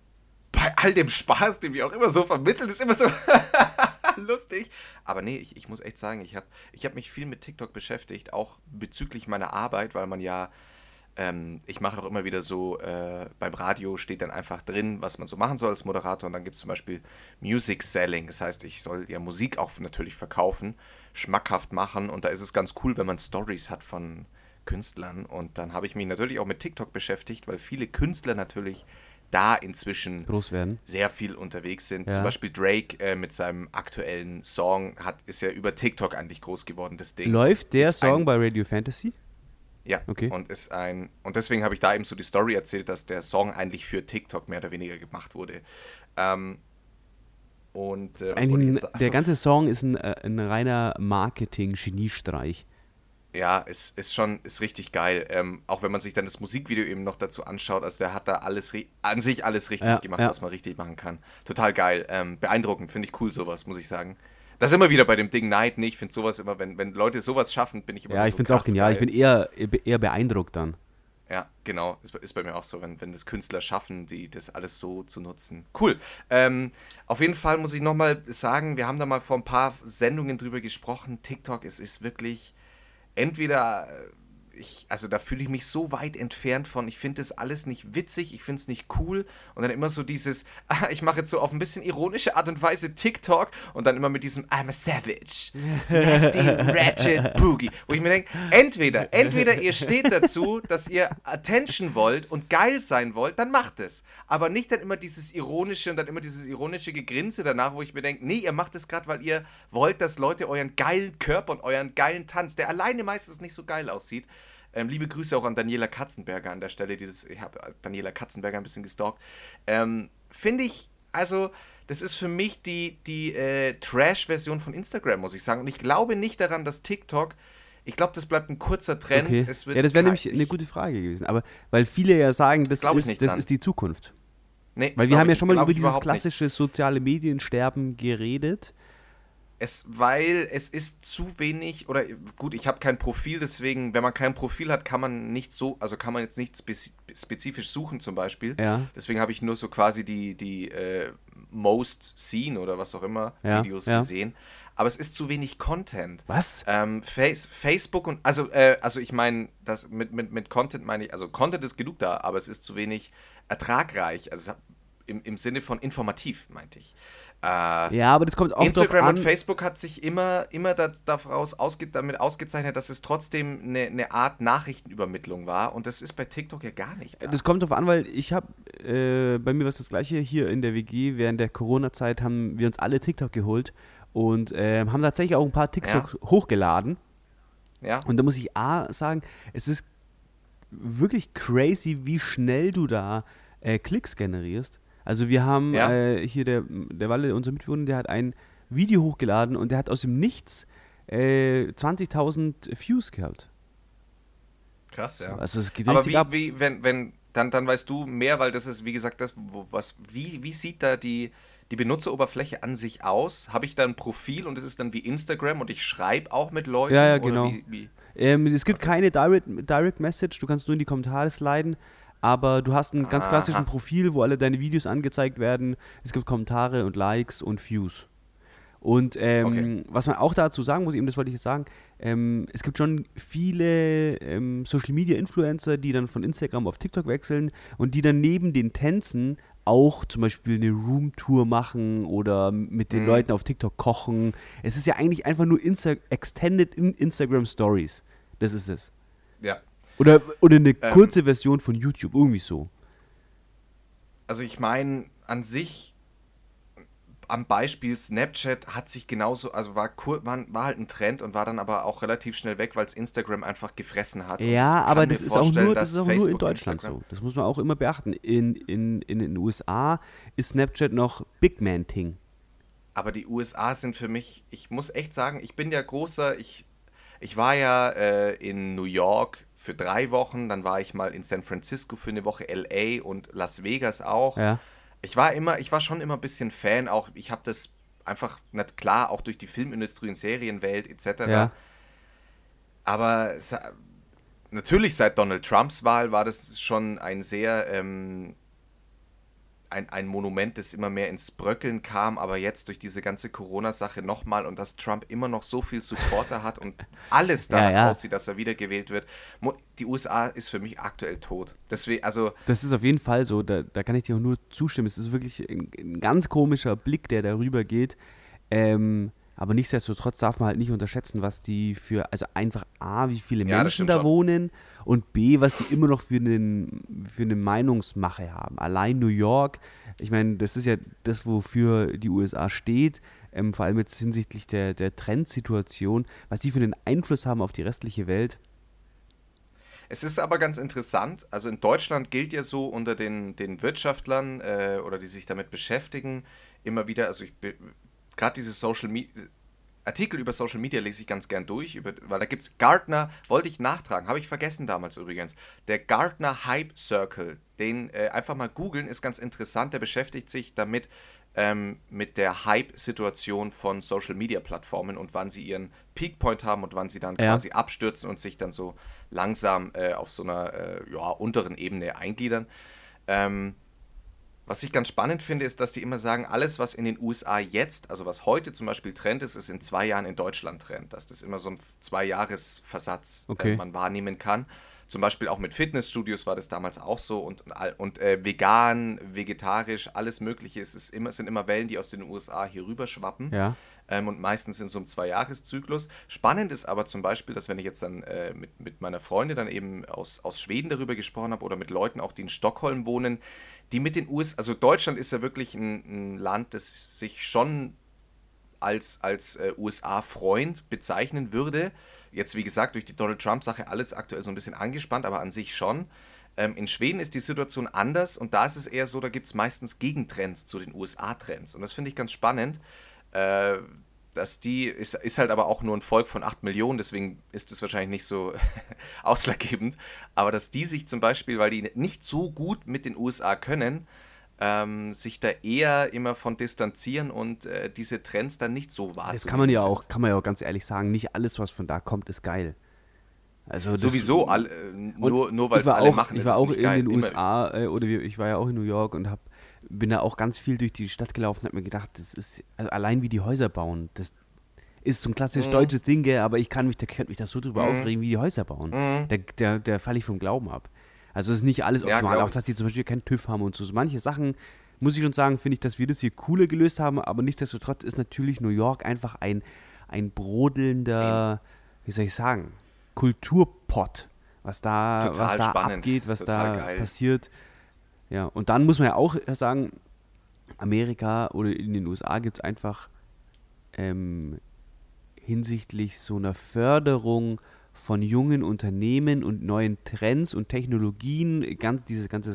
bei all dem Spaß, den wir auch immer so vermitteln, ist immer so lustig. Aber nee, ich, ich muss echt sagen, ich habe ich hab mich viel mit TikTok beschäftigt, auch bezüglich meiner Arbeit, weil man ja, ähm, ich mache auch immer wieder so, äh, beim Radio steht dann einfach drin, was man so machen soll als Moderator. Und dann gibt es zum Beispiel Music Selling. Das heißt, ich soll ja Musik auch natürlich verkaufen, schmackhaft machen. Und da ist es ganz cool, wenn man Stories hat von Künstlern. Und dann habe ich mich natürlich auch mit TikTok beschäftigt, weil viele Künstler natürlich da inzwischen Groß werden. sehr viel unterwegs sind. Ja. Zum Beispiel Drake äh, mit seinem aktuellen Song hat, ist ja über TikTok eigentlich groß geworden, das Ding. Läuft der Ist Song ein, bei Radio Fantasy? Ja, Okay. und ist ein und deswegen habe ich da eben so die Story erzählt, dass der Song eigentlich für TikTok mehr oder weniger gemacht wurde. Ähm, und äh, was wollte ich Eigentlich, jetzt ein- sagen? der Achso, ganze Song ist ein, äh, ein reiner Marketing-Geniestreich. ja, ist, ist schon ist richtig geil. Ähm, auch wenn man sich dann das Musikvideo eben noch dazu anschaut, also der hat da alles ri- an sich alles richtig Ja, gemacht, ja. was man richtig machen kann. Total geil. Ähm, beeindruckend, finde ich cool, sowas, muss ich sagen. Das ist immer wieder bei dem Ding Neid, nee, ich finde sowas immer, wenn, wenn Leute sowas schaffen, bin ich immer Ja, nur ich so finde es auch krass genial. Ich geil. bin eher, eher beeindruckt dann. Ja, genau. Ist, bei- ist bei mir auch so, wenn, wenn das Künstler schaffen, die das alles so zu nutzen. Cool. Ähm, auf jeden Fall muss ich nochmal sagen, wir haben da mal vor ein paar Sendungen drüber gesprochen. TikTok, es ist wirklich entweder, äh, ich, also da fühle ich mich so weit entfernt von, ich finde das alles nicht witzig, ich finde es nicht cool und dann immer so dieses, ah, ich mache jetzt so auf ein bisschen ironische Art und Weise TikTok und dann immer mit diesem I'm a savage, nasty, ratchet boogie, wo ich mir denke, entweder, entweder ihr steht dazu, dass ihr Attention wollt und geil sein wollt, dann macht es, aber nicht dann immer dieses ironische und dann immer dieses ironische Gegrinse danach, wo ich mir denke, nee, ihr macht es gerade, weil ihr wollt, dass Leute euren geilen Körper und euren geilen Tanz, der alleine meistens nicht so geil aussieht. Ähm, liebe Grüße auch an Daniela Katzenberger an der Stelle, die das, ich habe Daniela Katzenberger ein bisschen gestalkt. Ähm, Finde ich, also, das ist für mich die, die äh, Trash-Version von Instagram, muss ich sagen. Und ich glaube nicht daran, dass TikTok, ich glaube, das bleibt ein kurzer Trend. Okay. Es wird Ja, das wäre kein- nämlich eine ich- gute Frage gewesen. Aber weil viele ja sagen, das, Glaub ich ist, nicht das dran. ist die Zukunft. Nee, Weil wir glaub haben ja ich- schon mal glaub über ich dieses überhaupt nicht. klassische soziale Mediensterben geredet. Es, weil es ist zu wenig, oder gut, ich habe kein Profil, deswegen, wenn man kein Profil hat, kann man nicht so, also kann man jetzt nicht spezi spezifisch suchen zum Beispiel. Ja. Deswegen habe ich nur so quasi die, die äh, Most Seen oder was auch immer Ja, Videos ja. gesehen. Aber es ist zu wenig Content. Was? Ähm, Face, Facebook und, also, äh, also ich meine, das mit, mit, mit Content meine ich, also Content ist genug da, aber es ist zu wenig ertragreich, also im, im Sinne von informativ, meinte ich. Äh, Ja, aber das kommt auch Instagram drauf an. und Facebook hat sich immer, immer da, daraus ausge, damit ausgezeichnet, dass es trotzdem eine, eine Art Nachrichtenübermittlung war. Und das ist bei TikTok ja gar nicht da. Das kommt drauf an, weil ich habe, äh, bei mir war es das gleiche hier in der W G, während der Corona-Zeit haben wir uns alle TikTok geholt und äh, haben tatsächlich auch ein paar TikToks hochgeladen. Ja, Und da muss ich A sagen, es ist wirklich crazy, wie schnell du da äh, Klicks generierst. Also wir haben Ja. äh, hier der, der Walle, unser Mitbewohner, der hat ein Video hochgeladen und der hat aus dem Nichts äh, zwanzigtausend Views gehabt. krass, ja. Also es geht Aber richtig wie, ab. wie wenn, wenn, dann, dann weißt du mehr, weil das ist, wie gesagt, das, wo, was, wie, wie sieht da die, die Benutzeroberfläche an sich aus? Habe ich da ein Profil und es ist dann wie Instagram und ich schreibe auch mit Leuten? Ja, ja, oder genau. Wie, wie? Ähm, es gibt keine Direct, Direct Message, du kannst nur in die Kommentare sliden, aber du hast einen ganz Aha. klassischen Profil, wo alle deine Videos angezeigt werden. Es gibt Kommentare und Likes und Views. Und ähm, Okay. was man auch dazu sagen muss, eben das wollte ich jetzt sagen, ähm, es gibt schon viele ähm, Social Media Influencer, die dann von Instagram auf TikTok wechseln und die dann neben den Tänzen auch zum Beispiel eine Roomtour machen oder mit den Mhm. Leuten auf TikTok kochen. Es ist ja eigentlich einfach nur Insta Extended in Instagram Stories. Das ist es. Ja. Oder, oder eine Ähm. kurze Version von YouTube, irgendwie so. Also ich meine, an sich, am Beispiel Snapchat hat sich genauso, also war, kur, war, war halt ein Trend und war dann aber auch relativ schnell weg, weil es Instagram einfach gefressen hat. Und ich Ja, kann aber mir das ist auch vorstellen, nur, das dass ist auch nur in Facebook, Deutschland Instagram- so. Das muss man auch immer beachten. In, in, in den U S A ist Snapchat noch Big Man Thing. Aber die U S A sind für mich, ich muss echt sagen, ich bin ja großer, ich, ich war ja äh, in New York für drei Wochen, dann war ich mal in San Francisco für eine Woche, L A und Las Vegas auch. Ja. Ich war immer, ich war schon immer ein bisschen Fan, auch ich habe das einfach, nicht klar, auch durch die Filmindustrie und Serienwelt et cetera. Ja. Aber es, natürlich seit Donald Trumps Wahl war das schon ein sehr, ähm, ein, ein Monument, das immer mehr ins Bröckeln kam, aber jetzt durch diese ganze Corona-Sache nochmal und dass Trump immer noch so viel Supporter hat und alles danach Ja, ja. aussieht, dass er wiedergewählt wird. Mo- Die U S A ist für mich aktuell tot. Deswegen, also, Das ist auf jeden Fall so, da, da kann ich dir auch nur zustimmen. Es ist wirklich ein, ein ganz komischer Blick, der darüber geht. Ähm, aber nichtsdestotrotz darf man halt nicht unterschätzen, was die für, also einfach A, wie viele Ja, das Menschen stimmt da schon. wohnen und B, was die immer noch für, einen, für eine Meinungsmache haben. Allein New York, ich meine, das ist ja das, wofür die U S A steht, ähm, vor allem jetzt hinsichtlich der, der Trendsituation, was die für einen Einfluss haben auf die restliche Welt. es ist aber ganz interessant. Also in Deutschland gilt ja so unter den, den Wirtschaftlern äh, oder die sich damit beschäftigen, immer wieder, also ich gerade diese Social Media. Artikel über Social Media lese ich ganz gern durch, über, weil da gibt es Gartner, wollte ich nachtragen, habe ich vergessen damals übrigens. Der Gartner Hype Circle, den äh, einfach mal googeln, ist ganz interessant. Der beschäftigt sich damit, ähm, mit der Hype-Situation von Social Media Plattformen und wann sie ihren Peakpoint haben und wann sie dann Ja. quasi abstürzen und sich dann so langsam äh, auf so einer äh, ja, unteren Ebene eingliedern. Ähm, Was ich ganz spannend finde, ist, dass die immer sagen, alles, was in den U S A jetzt, also was heute zum Beispiel Trend ist, ist in zwei Jahren in Deutschland Trend. Dass das immer so ein Zwei-Jahres-Versatz äh, Okay. man wahrnehmen kann. Zum Beispiel auch mit Fitnessstudios war das damals auch so und, und äh, vegan, vegetarisch, alles Mögliche. Es, ist immer, es sind immer Wellen, die aus den U S A hier rüber schwappen. Ja. Ähm, und meistens in so einem Zwei-Jahres-Zyklus. Spannend ist aber zum Beispiel, dass wenn ich jetzt dann äh, mit, mit meiner Freundin dann eben aus, aus Schweden darüber gesprochen habe oder mit Leuten auch, die in Stockholm wohnen, die mit den U S A, also Deutschland ist ja wirklich ein, ein Land, das sich schon als, als äh, U S A-Freund bezeichnen würde. Jetzt, wie gesagt, durch die Donald Trump-Sache alles aktuell so ein bisschen angespannt, aber an sich schon. Ähm, in Schweden ist die Situation anders und da ist es eher so, da gibt es meistens Gegentrends zu den U S A-Trends. Und das finde ich ganz spannend. Äh, dass die, ist, ist halt aber auch nur ein Volk von acht Millionen, deswegen ist es wahrscheinlich nicht so ausschlaggebend. Aber dass die sich zum Beispiel, weil die nicht so gut mit den U S A können, ähm, sich da eher immer von distanzieren und äh, diese Trends dann nicht so wahrzunehmen Das kann man ja sind. auch, kann man ja auch ganz ehrlich sagen, nicht alles, was von da kommt, ist geil. Also das, Sowieso, all, äh, und nur, nur weil ich es war alle auch, machen, ich ist war es auch nicht in geil. den Immer, U S A äh, oder wir- ich war ja auch in New York und hab, bin da auch ganz viel durch die Stadt gelaufen und hab mir gedacht, das ist, also allein wie die Häuser bauen, das ist so ein klassisch Mhm. deutsches Ding, gell, aber ich kann mich, da könnte mich das so drüber Mhm. aufregen, wie die Häuser bauen. Mhm. Da, da, da falle ich vom Glauben ab. Also es ist nicht alles Ja, optimal, glaub auch ich. dass die zum Beispiel keinen TÜV haben und so. So manche Sachen, muss ich schon sagen, finde ich, dass wir das hier cooler gelöst haben, aber nichtsdestotrotz ist natürlich New York einfach ein, ein brodelnder, wie soll ich sagen, Kulturpott, was da, Total was da spannend, abgeht, was total da geil. passiert. Ja, und dann muss man ja auch sagen, Amerika oder in den U S A gibt es einfach ähm, hinsichtlich so einer Förderung von jungen Unternehmen und neuen Trends und Technologien, ganz, diese ganze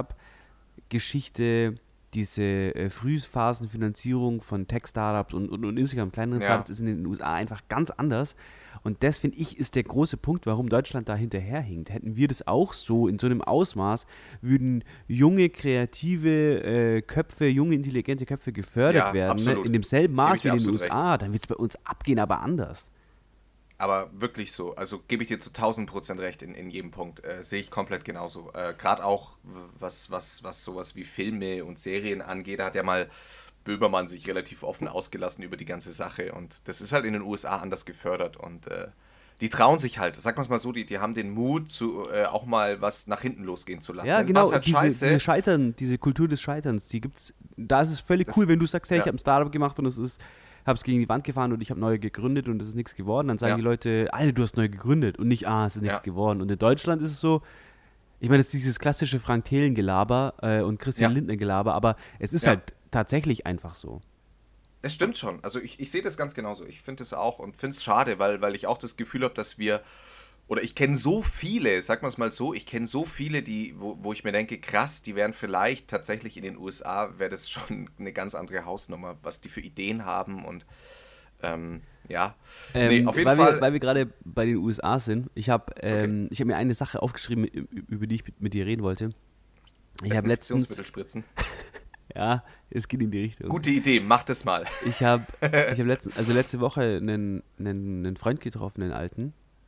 Startup-Geschichte, diese äh, Frühphasenfinanzierung von Tech-Startups und, und, und insgesamt kleineren Ja. Startups ist in den U S A einfach ganz anders. Und das, finde ich, ist der große Punkt, warum Deutschland da hinterherhinkt. Hätten wir das auch so in so einem Ausmaß, würden junge, kreative äh, Köpfe, junge, intelligente Köpfe gefördert Ja, werden, ne, absolut. in demselben Gebe Maß ich wie dir in den absolut U S A, dann wird es bei uns abgehen, aber anders. Aber wirklich so. Also gebe ich dir zu tausend Prozent recht in, in jedem Punkt. Äh, sehe ich komplett genauso. Äh, Gerade auch, w- was, was, was sowas wie Filme und Serien angeht, da hat ja mal Böhmermann sich relativ offen ausgelassen über die ganze Sache. Und das ist halt in den U S A anders gefördert. Und äh, die trauen sich halt, sagen wir es mal so, die, die haben den Mut, zu, äh, auch mal was nach hinten losgehen zu lassen. Ja, Dann genau, war's halt diese, scheiße. diese Scheitern, diese Kultur des Scheiterns, die gibt's, da ist es völlig Das- cool, wenn du sagst, hey, ja. ich habe ein Startup gemacht und es ist, habe es gegen die Wand gefahren und ich habe neu gegründet und es ist nichts geworden, dann sagen Ja. die Leute, Alter, du hast neu gegründet und nicht, ah, es ist nichts Ja. geworden. Und in Deutschland ist es so, ich meine, das ist dieses klassische Frank Thelen-Gelaber äh, und Christian Ja. Lindner-Gelaber, aber es ist Ja. halt tatsächlich einfach so. Es stimmt schon. Also ich, ich sehe das ganz genauso. Ich finde es auch und finde es schade, weil, weil ich auch das Gefühl habe, dass wir, oder ich kenne so viele, sagen wir es mal so, ich kenne so viele, die, wo, wo ich mir denke, krass, die wären vielleicht tatsächlich in den U S A, wäre das schon eine ganz andere Hausnummer, was die für Ideen haben und ähm, ja. Ähm, nee, auf jeden weil Fall. Wir, weil wir gerade bei den U S A sind, ich habe ähm, ich hab mir eine Sache aufgeschrieben, ü- über die ich mit, mit dir reden wollte. Ich habe letztens, Desinfektionsmittel spritzen. ja, es geht in die Richtung. Gute Idee, mach das mal. Ich habe ich hab letzten, also letzte Woche einen, einen, einen Freund getroffen, einen alten.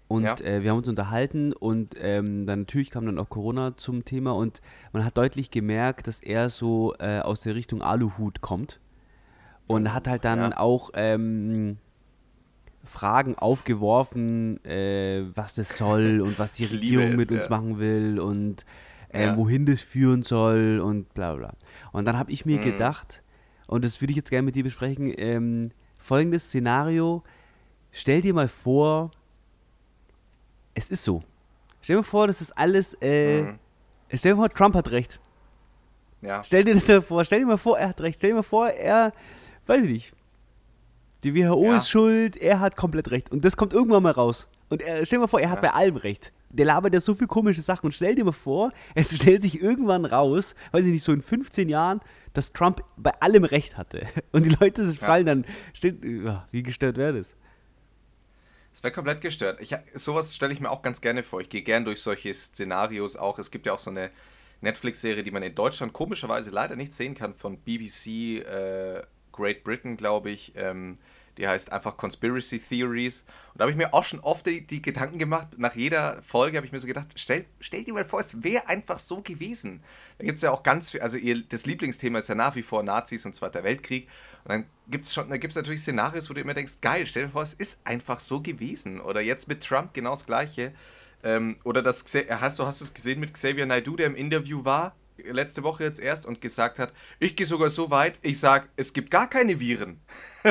Und Ja. äh, wir haben uns unterhalten und ähm, dann natürlich kam dann auch Corona zum Thema und man hat deutlich gemerkt, dass er so äh, aus der Richtung Aluhut kommt und hat halt dann Ja. auch ähm, Fragen aufgeworfen, äh, was das soll und was die Ich liebe Regierung es, mit uns ja. machen will und äh, Ja. wohin das führen soll und bla bla. Und dann habe ich mir Mhm. gedacht, und das würde ich jetzt gerne mit dir besprechen, ähm, folgendes Szenario, stell dir mal vor, es ist so. Stell dir mal vor, das ist alles, äh, Mhm. stell dir mal vor, Trump hat recht. Ja. Stell dir das mal vor, stell dir mal vor, er hat recht. Stell dir mal vor, er, weiß ich nicht, die W H O Ja. ist schuld, er hat komplett recht. Und das kommt irgendwann mal raus. Und er, stell dir mal vor, er hat Ja. bei allem recht. Der labert ja so viel komische Sachen. Und stell dir mal vor, es stellt sich irgendwann raus, weiß ich nicht, so in fünfzehn Jahren, dass Trump bei allem recht hatte. Und die Leute sich Ja. fallen dann, steht, ja, wie gestört wäre das? Es wäre komplett gestört. Ich, sowas stelle ich mir auch ganz gerne vor. Ich gehe gern durch solche Szenarios auch. Es gibt ja auch so eine Netflix-Serie, die man in Deutschland komischerweise leider nicht sehen kann, von B B C äh, Great Britain, glaube ich. Ähm, die heißt einfach Conspiracy Theories. Und da habe ich mir auch schon oft die, die Gedanken gemacht, nach jeder Folge habe ich mir so gedacht, stell, stell dir mal vor, es wäre einfach so gewesen. Da gibt es ja auch ganz viel, also ihr, das Lieblingsthema ist ja nach wie vor Nazis und Zweiter Weltkrieg. Und dann gibt es schon, da gibt es natürlich Szenarios, wo du immer denkst, geil, stell dir vor, es ist einfach so gewesen. Oder jetzt mit Trump genau das Gleiche. Ähm, oder das, hast du hast es gesehen mit Xavier Naidoo, der im Interview war, letzte Woche jetzt erst, und gesagt hat, ich gehe sogar so weit, ich sage, es gibt gar keine Viren.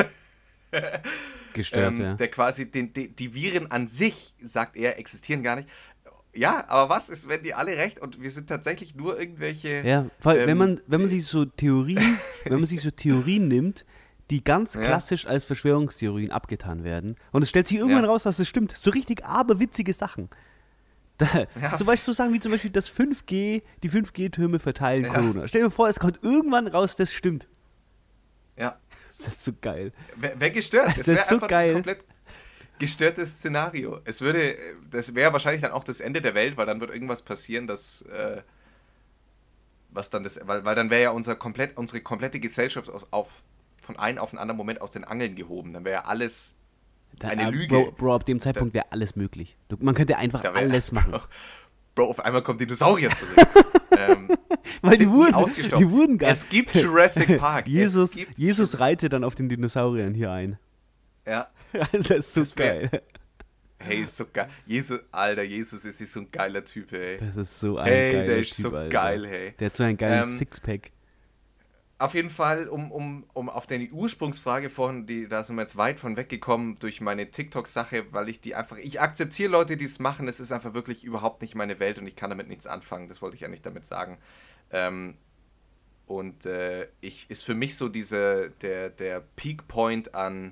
Gestört, ähm, ja. Der quasi, den, die, die Viren an sich, sagt er, existieren gar nicht. Ja, aber was ist, wenn die alle recht und wir sind tatsächlich nur irgendwelche... Ja, vor allem, ähm, wenn man, wenn man sich so Theorien, wenn man sich so Theorien nimmt, die ganz Ja. klassisch als Verschwörungstheorien abgetan werden. Und es stellt sich irgendwann Ja. raus, dass es stimmt. So richtig aberwitzige Sachen. Da, Ja. Zum Beispiel so Sachen wie zum Beispiel, dass fünf G, die fünf G-Türme verteilen Ja. Corona. Stell dir vor, es kommt irgendwann raus, das stimmt. Ja, Das ist so geil. wäre wär gestört. Das wär ist so einfach geil. ein komplett gestörtes Szenario. Es würde, das wäre wahrscheinlich dann auch das Ende der Welt, weil dann wird irgendwas passieren, das, äh, was dann das, weil, weil dann wäre ja unser komplett, unsere komplette Gesellschaft auf, auf, von einem auf den anderen Moment aus den Angeln gehoben. Dann wäre ja alles Da, eine äh, Lüge. Bro, Bro, ab dem Zeitpunkt wäre alles möglich. Du, man könnte einfach Da wär- alles machen. Bro, auf einmal kommt Dinosaurier zurück. ähm, Weil die sind nie wurden, ausgestorben. die wurden gar Es gibt Jurassic Park. Jesus, Es gibt Jesus reitet dann auf den Dinosauriern hier ein. Ja. Das ist so Das wär- geil. Hey, ist so geil. Jesus, Alter, Jesus ist so ein geiler Typ, ey. Das ist so ein Hey, geiler der ist Typ, so Alter. geil, hey. Der hat so ein geiles Ähm, Sixpack. Auf jeden Fall, um, um, um auf deine Ursprungsfrage vorhin, die, da sind wir jetzt weit von weggekommen durch meine TikTok-Sache, weil ich die einfach, ich akzeptiere Leute, die es machen, es ist einfach wirklich überhaupt nicht meine Welt und ich kann damit nichts anfangen, das wollte ich eigentlich damit sagen. Ähm, und äh, ich, ist für mich so diese, der, der Peak-Point an,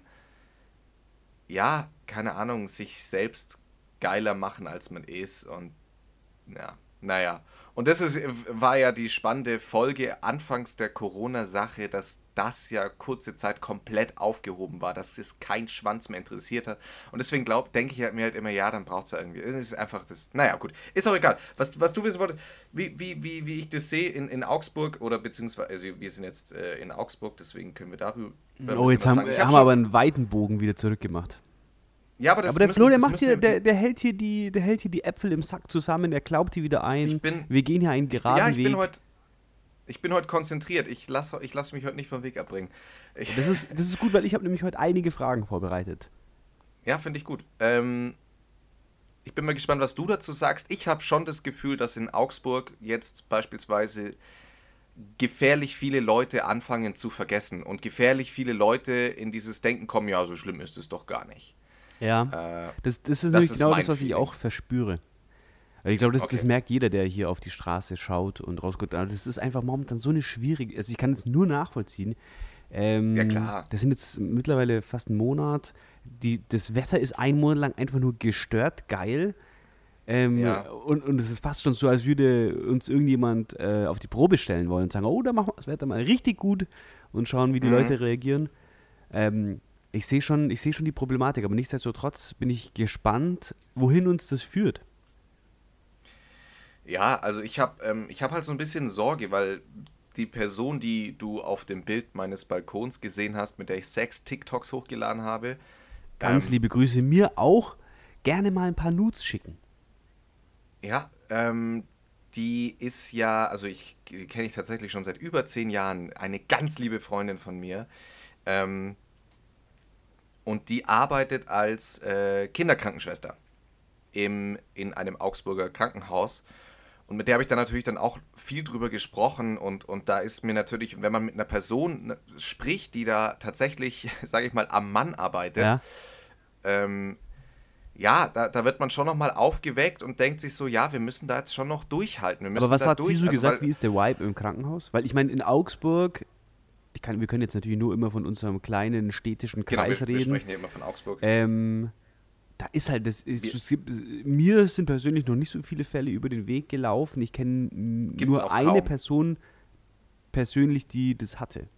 ja, keine Ahnung, sich selbst geiler machen, als man ist und ja, naja. Und das ist, war ja die spannende Folge anfangs der Corona-Sache, dass das ja kurze Zeit komplett aufgehoben war, dass das kein Schwanz mehr interessiert hat. Und deswegen glaub, denke ich halt mir halt immer, ja, dann braucht es ja irgendwie. Es ist einfach das. Naja, gut. Ist auch egal. Was, was du wissen wolltest, wie, wie, wie, wie ich das sehe in, in Augsburg oder beziehungsweise, also wir sind jetzt äh, in Augsburg, deswegen können wir darüber. ein Oh, bisschen jetzt was haben, sagen. Ich haben hab wir schon- aber einen weiten Bogen wieder zurückgemacht. Ja, aber das Aber der müssen- Flo, der das macht müssen hier, wir- der, der hält hier die, der hält hier die Äpfel im Sack zusammen, der glaubt die wieder ein. Ich bin- wir gehen hier einen geraden Ja, ich Weg. bin heute. Ich bin heute konzentriert. Ich lasse ich lass mich heute nicht vom Weg abbringen. Ich, das, ist, das ist gut, weil ich habe nämlich heute einige Fragen vorbereitet. Ja, finde ich gut. Ähm, ich bin mal gespannt, was du dazu sagst. Ich habe schon das Gefühl, dass in Augsburg jetzt beispielsweise gefährlich viele Leute anfangen zu vergessen und gefährlich viele Leute in dieses Denken kommen, ja, so schlimm ist es doch gar nicht. Ja. Äh, Das, das ist das nämlich ist genau mein das, was ich Feeling. auch verspüre. Also ich glaube, das, das Okay. merkt jeder, der hier auf die Straße schaut und rausguckt. Also das ist einfach momentan so eine schwierige, also ich kann es nur nachvollziehen. Ähm, Ja, klar. Das sind jetzt mittlerweile fast einen Monat. Die, das Wetter ist einen Monat lang einfach nur gestört geil. Ähm, Ja. und, und es ist fast schon so, als würde uns irgendjemand äh, auf die Probe stellen wollen und sagen, oh, da machen wir das Wetter mal richtig gut und schauen, wie die Mhm. Leute reagieren. Ähm, ich sehe schon, ich sehe schon die Problematik, aber nichtsdestotrotz bin ich gespannt, wohin uns das führt. Ja, also ich habe ähm, ich hab halt so ein bisschen Sorge, weil die Person, die du auf dem Bild meines Balkons gesehen hast, mit der ich sechs TikToks hochgeladen habe, Ganz ähm, liebe Grüße mir auch. gerne mal ein paar Nudes schicken. Ja, ähm, die ist ja, also ich die kenne ich tatsächlich schon seit über zehn Jahren, eine ganz liebe Freundin von mir. Ähm, und die arbeitet als äh, Kinderkrankenschwester im, in einem Augsburger Krankenhaus. Und mit der habe ich dann natürlich dann auch viel drüber gesprochen und, und da ist mir natürlich, wenn man mit einer Person ne, spricht, die da tatsächlich, sage ich mal, am Mann arbeitet, Ja. ähm, ja, da, da wird man schon nochmal aufgeweckt und denkt sich so, ja, wir müssen da jetzt schon noch durchhalten. Wir müssen Aber was da hat sie durch. so Also, gesagt, weil, wie ist der Vibe im Krankenhaus? Weil ich meine, in Augsburg, ich kann, wir können jetzt natürlich nur immer von unserem kleinen städtischen genau, Kreis wir, wir reden. sprechen ja immer von Augsburg. Ähm, da ist halt, das ist, Wir- es gibt, mir sind persönlich noch nicht so viele Fälle über den Weg gelaufen. Ich kenne mm, Gibt's nur auch eine kaum. Person persönlich, die das hatte.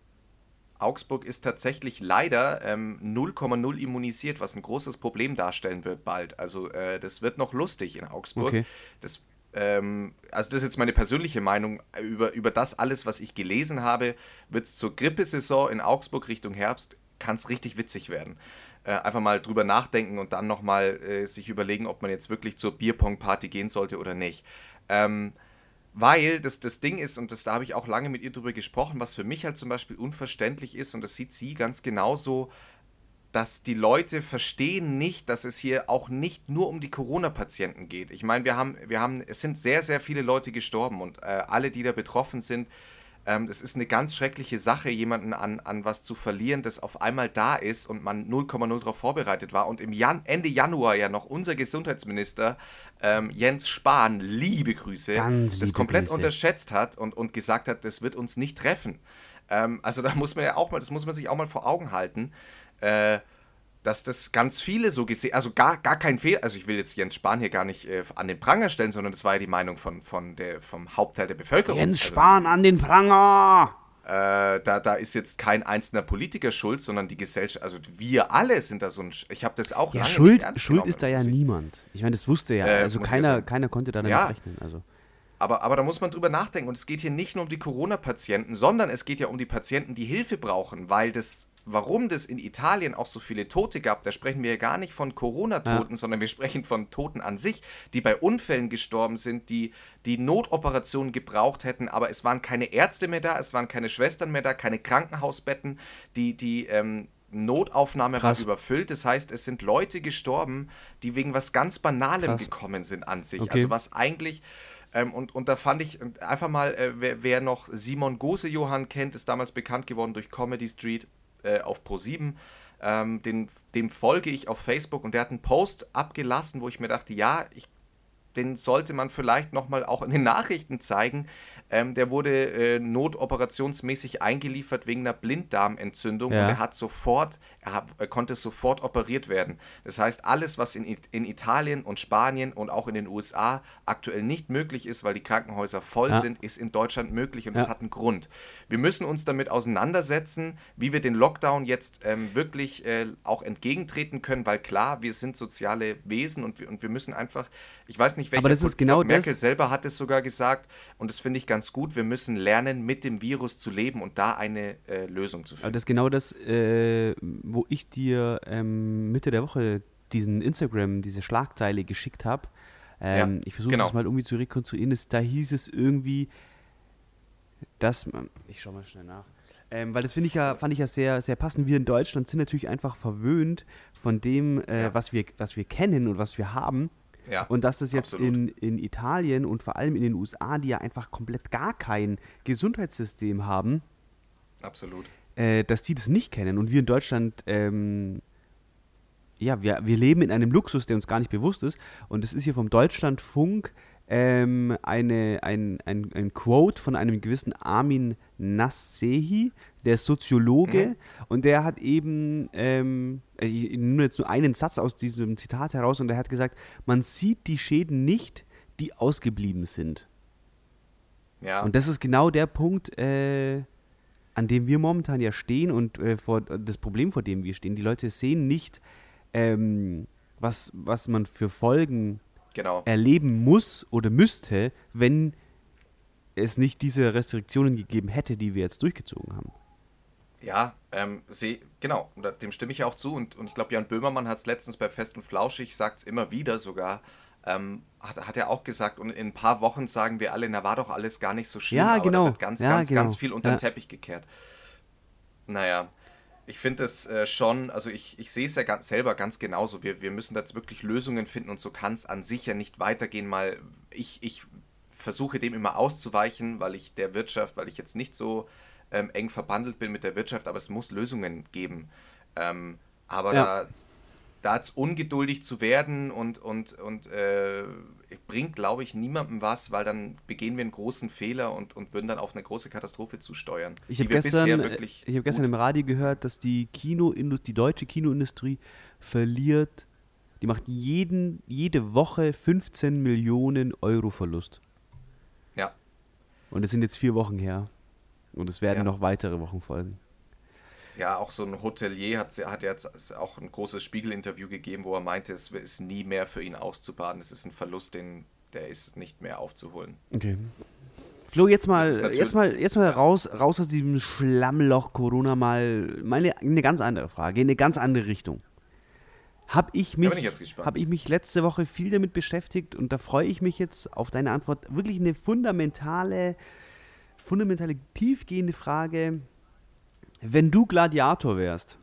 Augsburg ist tatsächlich leider ähm, null Komma null immunisiert, was ein großes Problem darstellen wird bald. Also äh, das wird noch lustig in Augsburg. Okay. Das, ähm, also das ist jetzt meine persönliche Meinung. Über, über das alles, was ich gelesen habe, wird es zur Grippesaison in Augsburg Richtung Herbst, kann es richtig witzig werden. Äh, einfach mal drüber nachdenken und dann nochmal äh, sich überlegen, ob man jetzt wirklich zur Bierpong-Party gehen sollte oder nicht. Ähm, Weil das, das Ding ist, und das, da habe ich auch lange mit ihr drüber gesprochen, was für mich halt zum Beispiel unverständlich ist, und das sieht sie ganz genauso, dass die Leute verstehen nicht, dass es hier auch nicht nur um die Corona-Patienten geht. Ich meine, wir haben, wir haben, es sind sehr, sehr viele Leute gestorben und äh, alle, die da betroffen sind, ähm, es ist eine ganz schreckliche Sache, jemanden an, an was zu verlieren, das auf einmal da ist und man null Komma null darauf vorbereitet war. Und im Jan Ende Januar ja noch unser Gesundheitsminister ähm, Jens Spahn, liebe Grüße, Ganz das liebe komplett Grüße. unterschätzt hat und, und gesagt hat, das wird uns nicht treffen. Ähm, also da muss man ja auch mal, das muss man sich auch mal vor Augen halten, äh, dass das ganz viele so gesehen, also gar, gar kein Fehler, also ich will jetzt Jens Spahn hier gar nicht äh, an den Pranger stellen, sondern das war ja die Meinung von, von der, vom Hauptteil der Bevölkerung. Jens Also, Spahn an den Pranger! äh, da, da ist jetzt kein einzelner Politiker schuld, sondern die Gesellschaft, also wir alle sind da so ein, Sch- ich habe das auch Ja, lange Schuld, nicht ernst Schuld genommen, ist da ja muss ich- niemand. Ich meine, das wusste ja. Äh, also muss ich keiner, sagen. keiner konnte da damit Ja. rechnen. Also. Aber, aber da muss man drüber nachdenken. Und es geht hier nicht nur um die Corona-Patienten, sondern es geht ja um die Patienten, die Hilfe brauchen, weil das, warum das in Italien auch so viele Tote gab, da sprechen wir ja gar nicht von Corona-Toten, Ja. sondern wir sprechen von Toten an sich, die bei Unfällen gestorben sind, die die Notoperationen gebraucht hätten, aber es waren keine Ärzte mehr da, es waren keine Schwestern mehr da, keine Krankenhausbetten, die, die ähm, Notaufnahme war Krass. überfüllt. Das heißt, es sind Leute gestorben, die wegen was ganz Banalem Krass. gekommen sind an sich. Okay. Also was eigentlich ähm, und, und da fand ich äh, einfach mal, äh, wer, wer noch Simon Gose-Johann kennt, ist damals bekannt geworden durch Comedy Street äh, auf ProSieben. Ähm, den, dem folge ich auf Facebook und der hat einen Post abgelassen, wo ich mir dachte, ja, ich, den sollte man vielleicht nochmal auch in den Nachrichten zeigen. Ähm, der wurde äh, notoperationsmäßig eingeliefert wegen einer Blinddarmentzündung Ja. und er hat sofort, er, hat, er konnte sofort operiert werden. Das heißt, alles, was in, It- in Italien und Spanien und auch in den U S A aktuell nicht möglich ist, weil die Krankenhäuser voll Ja. sind, ist in Deutschland möglich und Ja. das hat einen Grund. Wir müssen uns damit auseinandersetzen, wie wir den Lockdown jetzt ähm, wirklich äh, auch entgegentreten können, weil klar, wir sind soziale Wesen und wir, und wir müssen einfach, ich weiß nicht, welcher Aber das ist ich genau glaub, Merkel das- selber hat es sogar gesagt und das finde ich ganz gut, wir müssen lernen, mit dem Virus zu leben und da eine äh, Lösung zu Aber finden. das ist genau das, äh, wo ich dir ähm, Mitte der Woche diesen Instagram, diese Schlagzeile geschickt habe. Ähm, Ja, ich versuche genau. es mal irgendwie zu rekonstruieren. Das, da hieß es irgendwie, dass man. Ich schau mal schnell nach. Ähm, weil das finde ich ja, fand ich ja sehr, sehr passend. Wir in Deutschland sind natürlich einfach verwöhnt von dem, äh, Ja. was, wir, was wir kennen und was wir haben. Ja, Und dass das jetzt absolut. in, in Italien und vor allem in den U S A, die ja einfach komplett gar kein Gesundheitssystem haben, Absolut. äh, dass die das nicht kennen. Und wir in Deutschland, ähm, ja, wir, wir leben in einem Luxus, der uns gar nicht bewusst ist. Und es ist hier vom Deutschlandfunk ähm, eine, ein, ein, ein Quote von einem gewissen Armin Nassehi, der ist Soziologe. Mhm. Und der hat eben, ähm, ich, ich nehme jetzt nur einen Satz aus diesem Zitat heraus, und der hat gesagt, man sieht die Schäden nicht, die ausgeblieben sind. Ja, Und das ist genau der Punkt, äh, an dem wir momentan ja stehen und äh, vor, das Problem, vor dem wir stehen. Die Leute sehen nicht, ähm, was, was man für Folgen genau. erleben muss oder müsste, wenn es nicht diese Restriktionen gegeben hätte, die wir jetzt durchgezogen haben. Ja, ähm, seh, genau, und da- dem stimme ich auch zu. Und, und ich glaube, Jan Böhmermann hat es letztens bei Fest und Flauschig, sagt es immer wieder sogar, ähm, hat, hat er auch gesagt, und in ein paar Wochen sagen wir alle, na war doch alles gar nicht so schlimm, Ja, aber da genau. wird ganz, Ja, ganz, ganz genau. viel unter den Ja. Teppich gekehrt. Naja, ich finde es äh, schon, also ich, ich sehe es ja ganz, selber ganz genauso. Wir, wir müssen da jetzt wirklich Lösungen finden und so kann es an sich ja nicht weitergehen. Mal, ich, ich versuche dem immer auszuweichen, weil ich der Wirtschaft, weil ich jetzt nicht so ähm, eng verbandelt bin mit der Wirtschaft, aber es muss Lösungen geben. Ähm, aber Ja. da, da jetzt ungeduldig zu werden und, und, und äh, bringt, glaube ich, niemandem was, weil dann begehen wir einen großen Fehler und, und würden dann auf eine große Katastrophe zusteuern, Ich die habe wir gestern, bisher äh, wirklich ich hab gestern gut. im Radio gehört, dass die Kinoindustrie, die deutsche Kinoindustrie verliert, die macht jeden, jede Woche fünfzehn Millionen Euro Verlust. Ja, Und es sind jetzt vier Wochen her. Und es werden ja. noch weitere Wochen folgen. Ja, auch so ein Hotelier hat, hat jetzt auch ein großes Spiegel-Interview gegeben, wo er meinte, es ist nie mehr für ihn auszubaden. Es ist ein Verlust, den, der ist nicht mehr aufzuholen. Okay. Flo, jetzt Das ist mal, natürlich- jetzt mal, jetzt mal ja. raus, raus aus diesem Schlammloch Corona mal, mal eine, eine ganz andere Frage, in eine ganz andere Richtung. Habe ich mich, bin ich jetzt gespannt. habe ich mich letzte Woche viel damit beschäftigt und da freue ich mich jetzt auf deine Antwort. Wirklich eine fundamentale, fundamentale, tiefgehende Frage. Wenn du Gladiator wärst,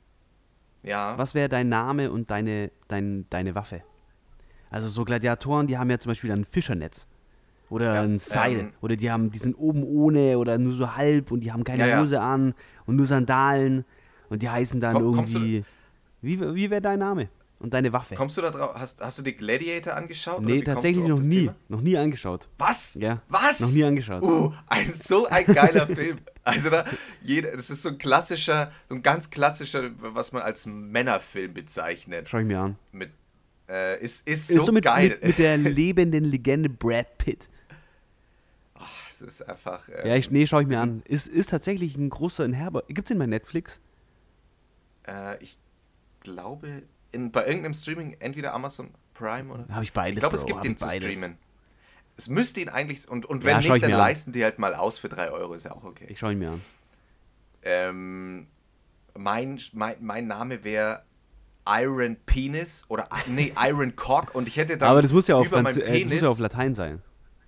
Ja, was wäre dein Name und deine, dein, deine Waffe? Also so Gladiatoren, die haben ja zum Beispiel ein Fischernetz oder Ja, ein Seil ähm, oder die haben, die sind oben ohne oder nur so halb und die haben keine Ja, ja. Hose an und nur Sandalen und die heißen dann Komm- kommst du- irgendwie. Wie, wie wäre dein Name und deine Waffe? kommst du da drauf? Hast, hast du die Gladiator angeschaut? oder nee, wie kommst tatsächlich du auf noch das nie. Thema? Noch nie angeschaut. Was? Ja. Was? Noch nie angeschaut. Uh, ein, so ein geiler Film. Also da, jeder, das ist so ein klassischer, so ein ganz klassischer, was man als Männerfilm bezeichnet. Schau ich mir an. Mit, äh, ist, ist, Ist so so mit, geil. mit, mit der lebenden Legende Brad Pitt. Es ist einfach. Ähm, Ja, ich, nee, schau ich mir ist an. Ist, ist tatsächlich ein großer, ein herber. Gibt's den bei Netflix? Äh, ich glaube, in, bei irgendeinem Streaming, entweder Amazon Prime oder. Habe ich beides, Ich glaube, es Bro, gibt hab den ich zu beides. streamen. Es müsste ihn eigentlich. Und, und Ja, wenn schau ich nicht, dann mir an. leisten die halt mal aus für drei Euro, ist ja auch okay. Ich schaue ihn mir an. Ähm, mein, mein, mein Name wäre Iron Penis oder. Nee, Iron Cock und ich hätte dann. Aber das muss ja auf, über Franz meinem äh, das muss ja auf Penis- Latein sein.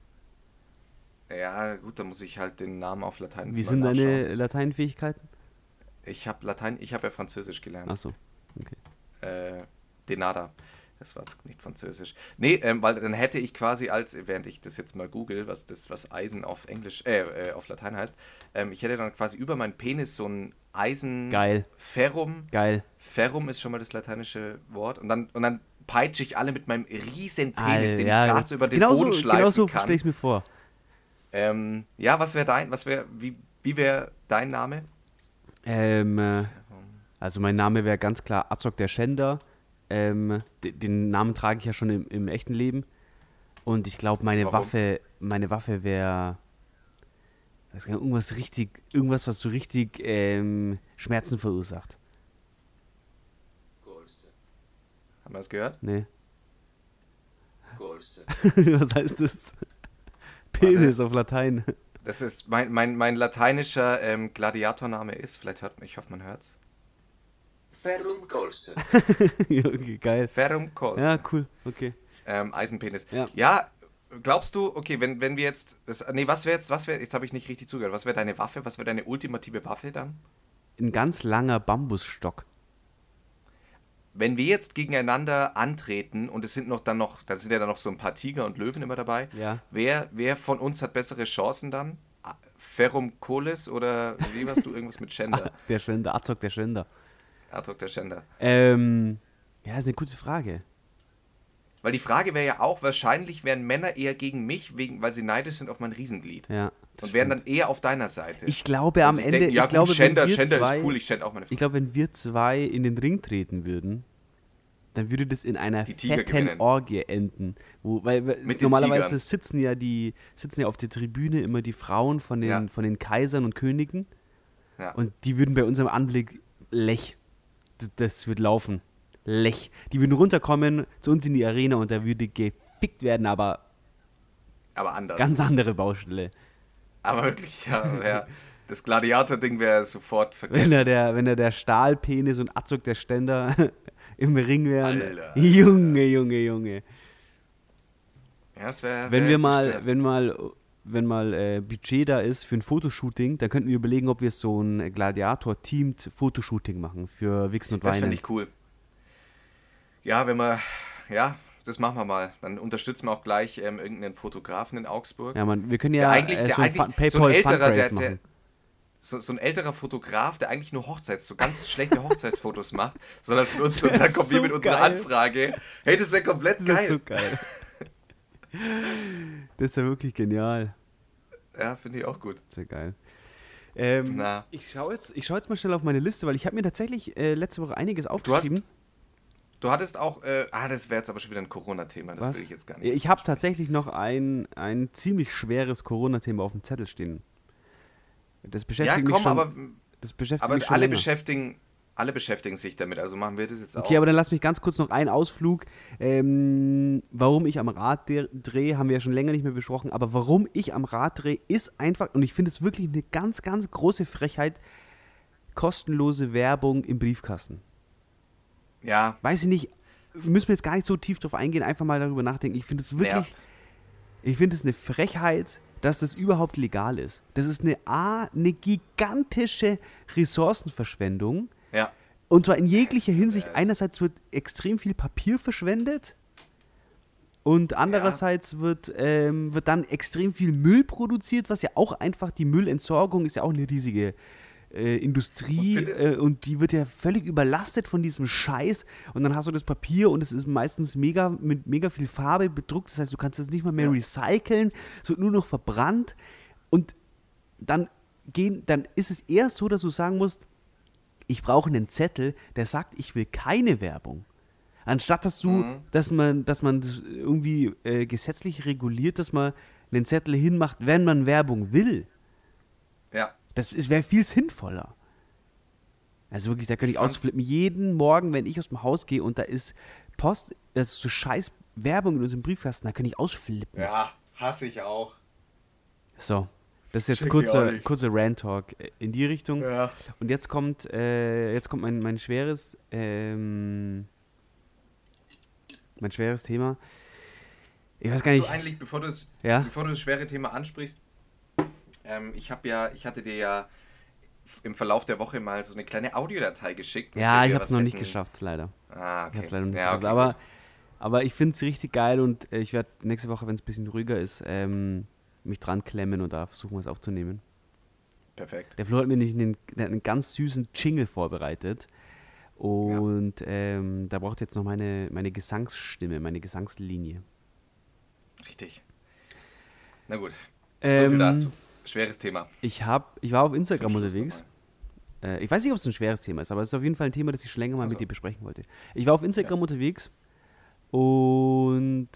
Ja, gut, dann muss ich halt den Namen auf Latein Wie mal sind deine nachschauen. Lateinfähigkeiten? Ich habe Latein, ich habe ja Französisch gelernt. Achso, okay. Äh, de nada. Das war jetzt nicht Französisch. Nee, ähm, weil dann hätte ich quasi als, während ich das jetzt mal google, was das, was Eisen auf Englisch, äh, äh auf Latein heißt, ähm, ich hätte dann quasi über meinen Penis so ein Eisen Geil. Ferrum. Geil. Ferrum ist schon mal das lateinische Wort. Und dann, und dann peitsche ich alle mit meinem riesen Penis, Al- den ja, ich gerade so über den genau Boden so, schleifen genau so kann. stelle ich mir vor. Ähm, ja, was wäre dein, was wäre, wie, wie wäre dein Name? Ähm, äh, also mein Name wäre ganz klar Azog der Schänder. Ähm, de- den Namen trage ich ja schon im, im echten Leben. Und ich glaube, meine Warum? Waffe, meine Waffe wäre weiß gar nicht, irgendwas richtig, irgendwas, was so richtig ähm, Schmerzen verursacht. Corse, Haben wir das gehört? Nee. corse, Was heißt das? Penis auf Latein. Das ist mein, mein, mein lateinischer ähm, Gladiatorname ist, vielleicht hört man, ich hoffe, man hört's. ferrum corse, Ja, okay, geil. Ferrum Cols. Ja, cool. Okay. Ähm, Eisenpenis. Ja. Ja, glaubst du, okay, wenn, wenn wir jetzt, das, nee, was wäre jetzt, was wäre, jetzt habe ich nicht richtig zugehört, was wäre deine Waffe, was wäre deine ultimative Waffe dann? Ein ganz langer Bambusstock. Wenn wir jetzt gegeneinander antreten und es sind noch dann noch, da sind ja dann noch so ein paar Tiger und Löwen immer dabei, Ja. wer, wer von uns hat bessere Chancen dann? Ah, Ferrum Colis oder wie warst du, irgendwas mit Schänder? Der Schänder, Azog der Schänder. Artok der Schänder. Ähm, ja, ist eine gute Frage. Weil die Frage wäre ja auch, wahrscheinlich wären Männer eher gegen mich, wegen, weil sie neidisch sind auf mein Riesenglied. Ja. das Und wären stimmt. dann eher auf deiner Seite. Ich glaube Und am sich Ende, denken, ja, ich gut, glaube, Schänder, wenn wir Schänder zwei, ist cool, ich schände auch meine Frau. ich glaube, wenn wir zwei in den Ring treten würden, dann würde das in einer Die Tiger fetten gewinnen. Orgie enden. Wo, weil weil Mit den normalerweise Tigern. sitzen ja die, sitzen ja auf der Tribüne immer die Frauen von den, Ja. von den Kaisern und Königen Ja. und die würden bei unserem Anblick lech. Das, das wird laufen. Lech. Die würden runterkommen zu uns in die Arena und da würde gefickt werden, aber Aber anders. ganz andere Baustelle. Aber wirklich, ja. ja. Das Gladiator-Ding wäre sofort vergessen. Wenn er der, wenn er der Stahlpenis und Azug der Ständer im Ring wären. Alter. Junge, Junge, Junge. Ja, das wär, Wenn wär wir mal, gestört. wenn mal, wenn mal äh, Budget da ist für ein Fotoshooting, dann könnten wir überlegen, ob wir so ein Gladiator-themed Fotoshooting machen für Wichsen und Das Weinen. finde ich cool. Ja, wenn wir, ja, das machen wir mal. Dann unterstützen wir auch gleich ähm, irgendeinen Fotografen in Augsburg. Ja, Mann, wir können Der ja eigentlich- äh, der so ein eigentlich- Fun- so ein PayPal älterer, Fundraise der- der- machen. So, so ein älterer Fotograf, der eigentlich nur Hochzeits, so ganz schlechte Hochzeitsfotos macht, sondern von uns, Das und dann ist kommen wir so mit unserer geil. Anfrage. Hey, das wäre komplett Das geil. ist so geil. Das ist ja wirklich genial. Ja, finde ich auch gut. Sehr geil. Ähm, Na. ich schaue jetzt, ich schau jetzt mal schnell auf meine Liste, weil ich habe mir tatsächlich äh, letzte Woche einiges Du hast, aufgeschrieben. du hattest auch, äh, ah, das wäre jetzt aber schon wieder ein Corona-Thema, das Was? will ich jetzt gar nicht. Ich habe tatsächlich noch ein, ein ziemlich schweres Corona-Thema auf dem Zettel stehen. Das Ja, beschäftigt mich komm, schon, aber, das beschäftigt aber mich schon alle, länger. beschäftigen, alle beschäftigen sich damit, also machen wir das jetzt auch. Okay, aber dann lass mich ganz kurz noch einen Ausflug. Ähm, warum ich am Rad de- drehe, haben wir ja schon länger nicht mehr besprochen, aber warum ich am Rad drehe, ist einfach, und ich finde es wirklich eine ganz, ganz große Frechheit, kostenlose Werbung im Briefkasten. Ja, Weiß ich nicht, müssen wir jetzt gar nicht so tief drauf eingehen, einfach mal darüber nachdenken. Ich finde es wirklich, nervt. ich finde es eine Frechheit, dass das überhaupt legal ist. Das ist eine A, eine gigantische Ressourcenverschwendung. Ja, Und zwar in jeglicher Hinsicht. Ja, Einerseits wird extrem viel Papier verschwendet und andererseits wird, ähm, wird dann extrem viel Müll produziert, was ja auch einfach, die Müllentsorgung ist ja auch eine riesige äh, Industrie Und finde- äh, und die wird ja völlig überlastet von diesem Scheiß und dann hast du das Papier und es ist meistens mega mit mega viel Farbe bedruckt, das heißt, du kannst es nicht mal mehr Ja. recyceln, es wird nur noch verbrannt und dann, gehen, dann ist es eher so, dass du sagen musst, ich brauche einen Zettel, der sagt, ich will keine Werbung. Anstatt dass du, Mhm. dass man, dass man das irgendwie äh, gesetzlich reguliert, dass man einen Zettel hinmacht, wenn man Werbung will. ja. Das wäre viel sinnvoller. Also wirklich, da könnte ich fand- ausflippen. Jeden Morgen, wenn ich aus dem Haus gehe und da ist Post, das ist so scheiß Werbung in unserem Briefkasten, da könnte ich ausflippen. Ja, hasse ich auch. So, das ist jetzt Check ich auch kurzer, nicht. kurzer Rant-Talk in die Richtung. Ja. Und jetzt kommt, äh, jetzt kommt mein, mein schweres, ähm, mein schweres Thema. Ich weiß gar Hast nicht. du eigentlich, bevor du das, Ja? bevor du das schwere Thema ansprichst, ähm, ich habe ja, ich hatte dir ja im Verlauf der Woche mal so eine kleine Audiodatei geschickt. mit Ja, der ich wir habe es was noch nicht hätten- geschafft, leider. Ah, okay. Ich habe es leider noch nicht ja, geschafft. okay, aber, gut. aber ich finde es richtig geil und äh, ich werde nächste Woche, wenn es ein bisschen ruhiger ist, ähm, mich dran klemmen und da versuchen, was aufzunehmen. Perfekt. Der Flo hat mir nicht einen, der hat einen ganz süßen Jingle vorbereitet. Und ähm, da braucht jetzt noch meine, meine Gesangsstimme, meine Gesangslinie. Richtig. Na gut, so Ähm, viel dazu. Schweres Thema. Ich, hab, ich war auf Instagram Zum Schluss unterwegs. Äh, ich weiß nicht, ob es ein schweres Thema ist, aber es ist auf jeden Fall ein Thema, das ich schon länger mal Also. mit dir besprechen wollte. Ich war auf Instagram unterwegs und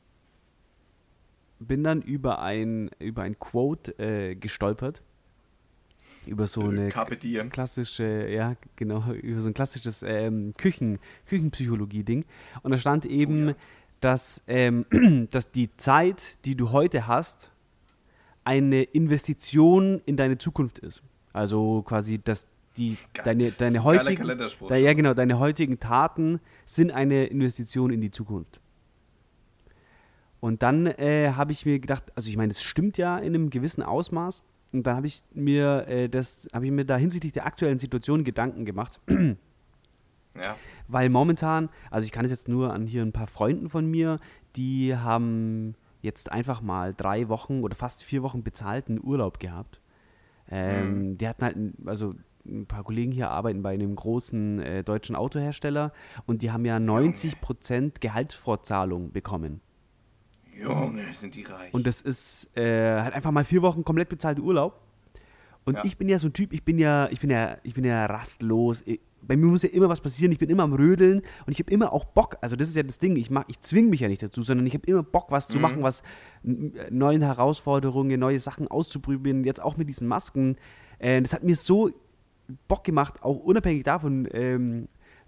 bin dann über ein, über ein Quote äh, gestolpert. Über so eine Carpe diem. klassische, ja, genau, über so ein klassisches ähm, Küchen, Küchenpsychologie-Ding. Und da stand eben, Oh ja. dass, ähm, dass die Zeit, die du heute hast, eine Investition in deine Zukunft ist. Also quasi, dass die, Geil. deine, Das deine ist ein geiler heutigen, Kalenderspruch. da, ja genau, deine heutigen Taten sind eine Investition in die Zukunft. Und dann äh, habe ich mir gedacht, also ich meine, das stimmt ja in einem gewissen Ausmaß. Und dann habe ich mir äh, das, habe ich mir da hinsichtlich der aktuellen Situation Gedanken gemacht. Ja. Weil momentan, also ich kann es jetzt nur an hier ein paar Freunden von mir, die haben jetzt einfach mal drei Wochen oder fast vier Wochen bezahlten Urlaub gehabt. Ähm, Mhm. Die hatten halt, ein- also ein paar Kollegen hier arbeiten bei einem großen äh, deutschen Autohersteller und die haben ja neunzig Prozent Gehaltsvorzahlung bekommen. Junge, sind die reich. Und das ist äh, halt einfach mal vier Wochen komplett bezahlter Urlaub. Und Ja. ich bin ja so ein Typ, ich bin ja, ich bin ja, ich bin ja rastlos. Ich, bei mir muss ja immer was passieren, ich bin immer am Rödeln und ich habe immer auch Bock, also das ist ja das Ding, ich, mach, ich zwinge mich ja nicht dazu, sondern ich habe immer Bock, was zu Mhm. machen, was n- neuen Herausforderungen, neue Sachen auszuprobieren, jetzt auch mit diesen Masken. Äh, das hat mir so Bock gemacht, auch unabhängig davon, ähm,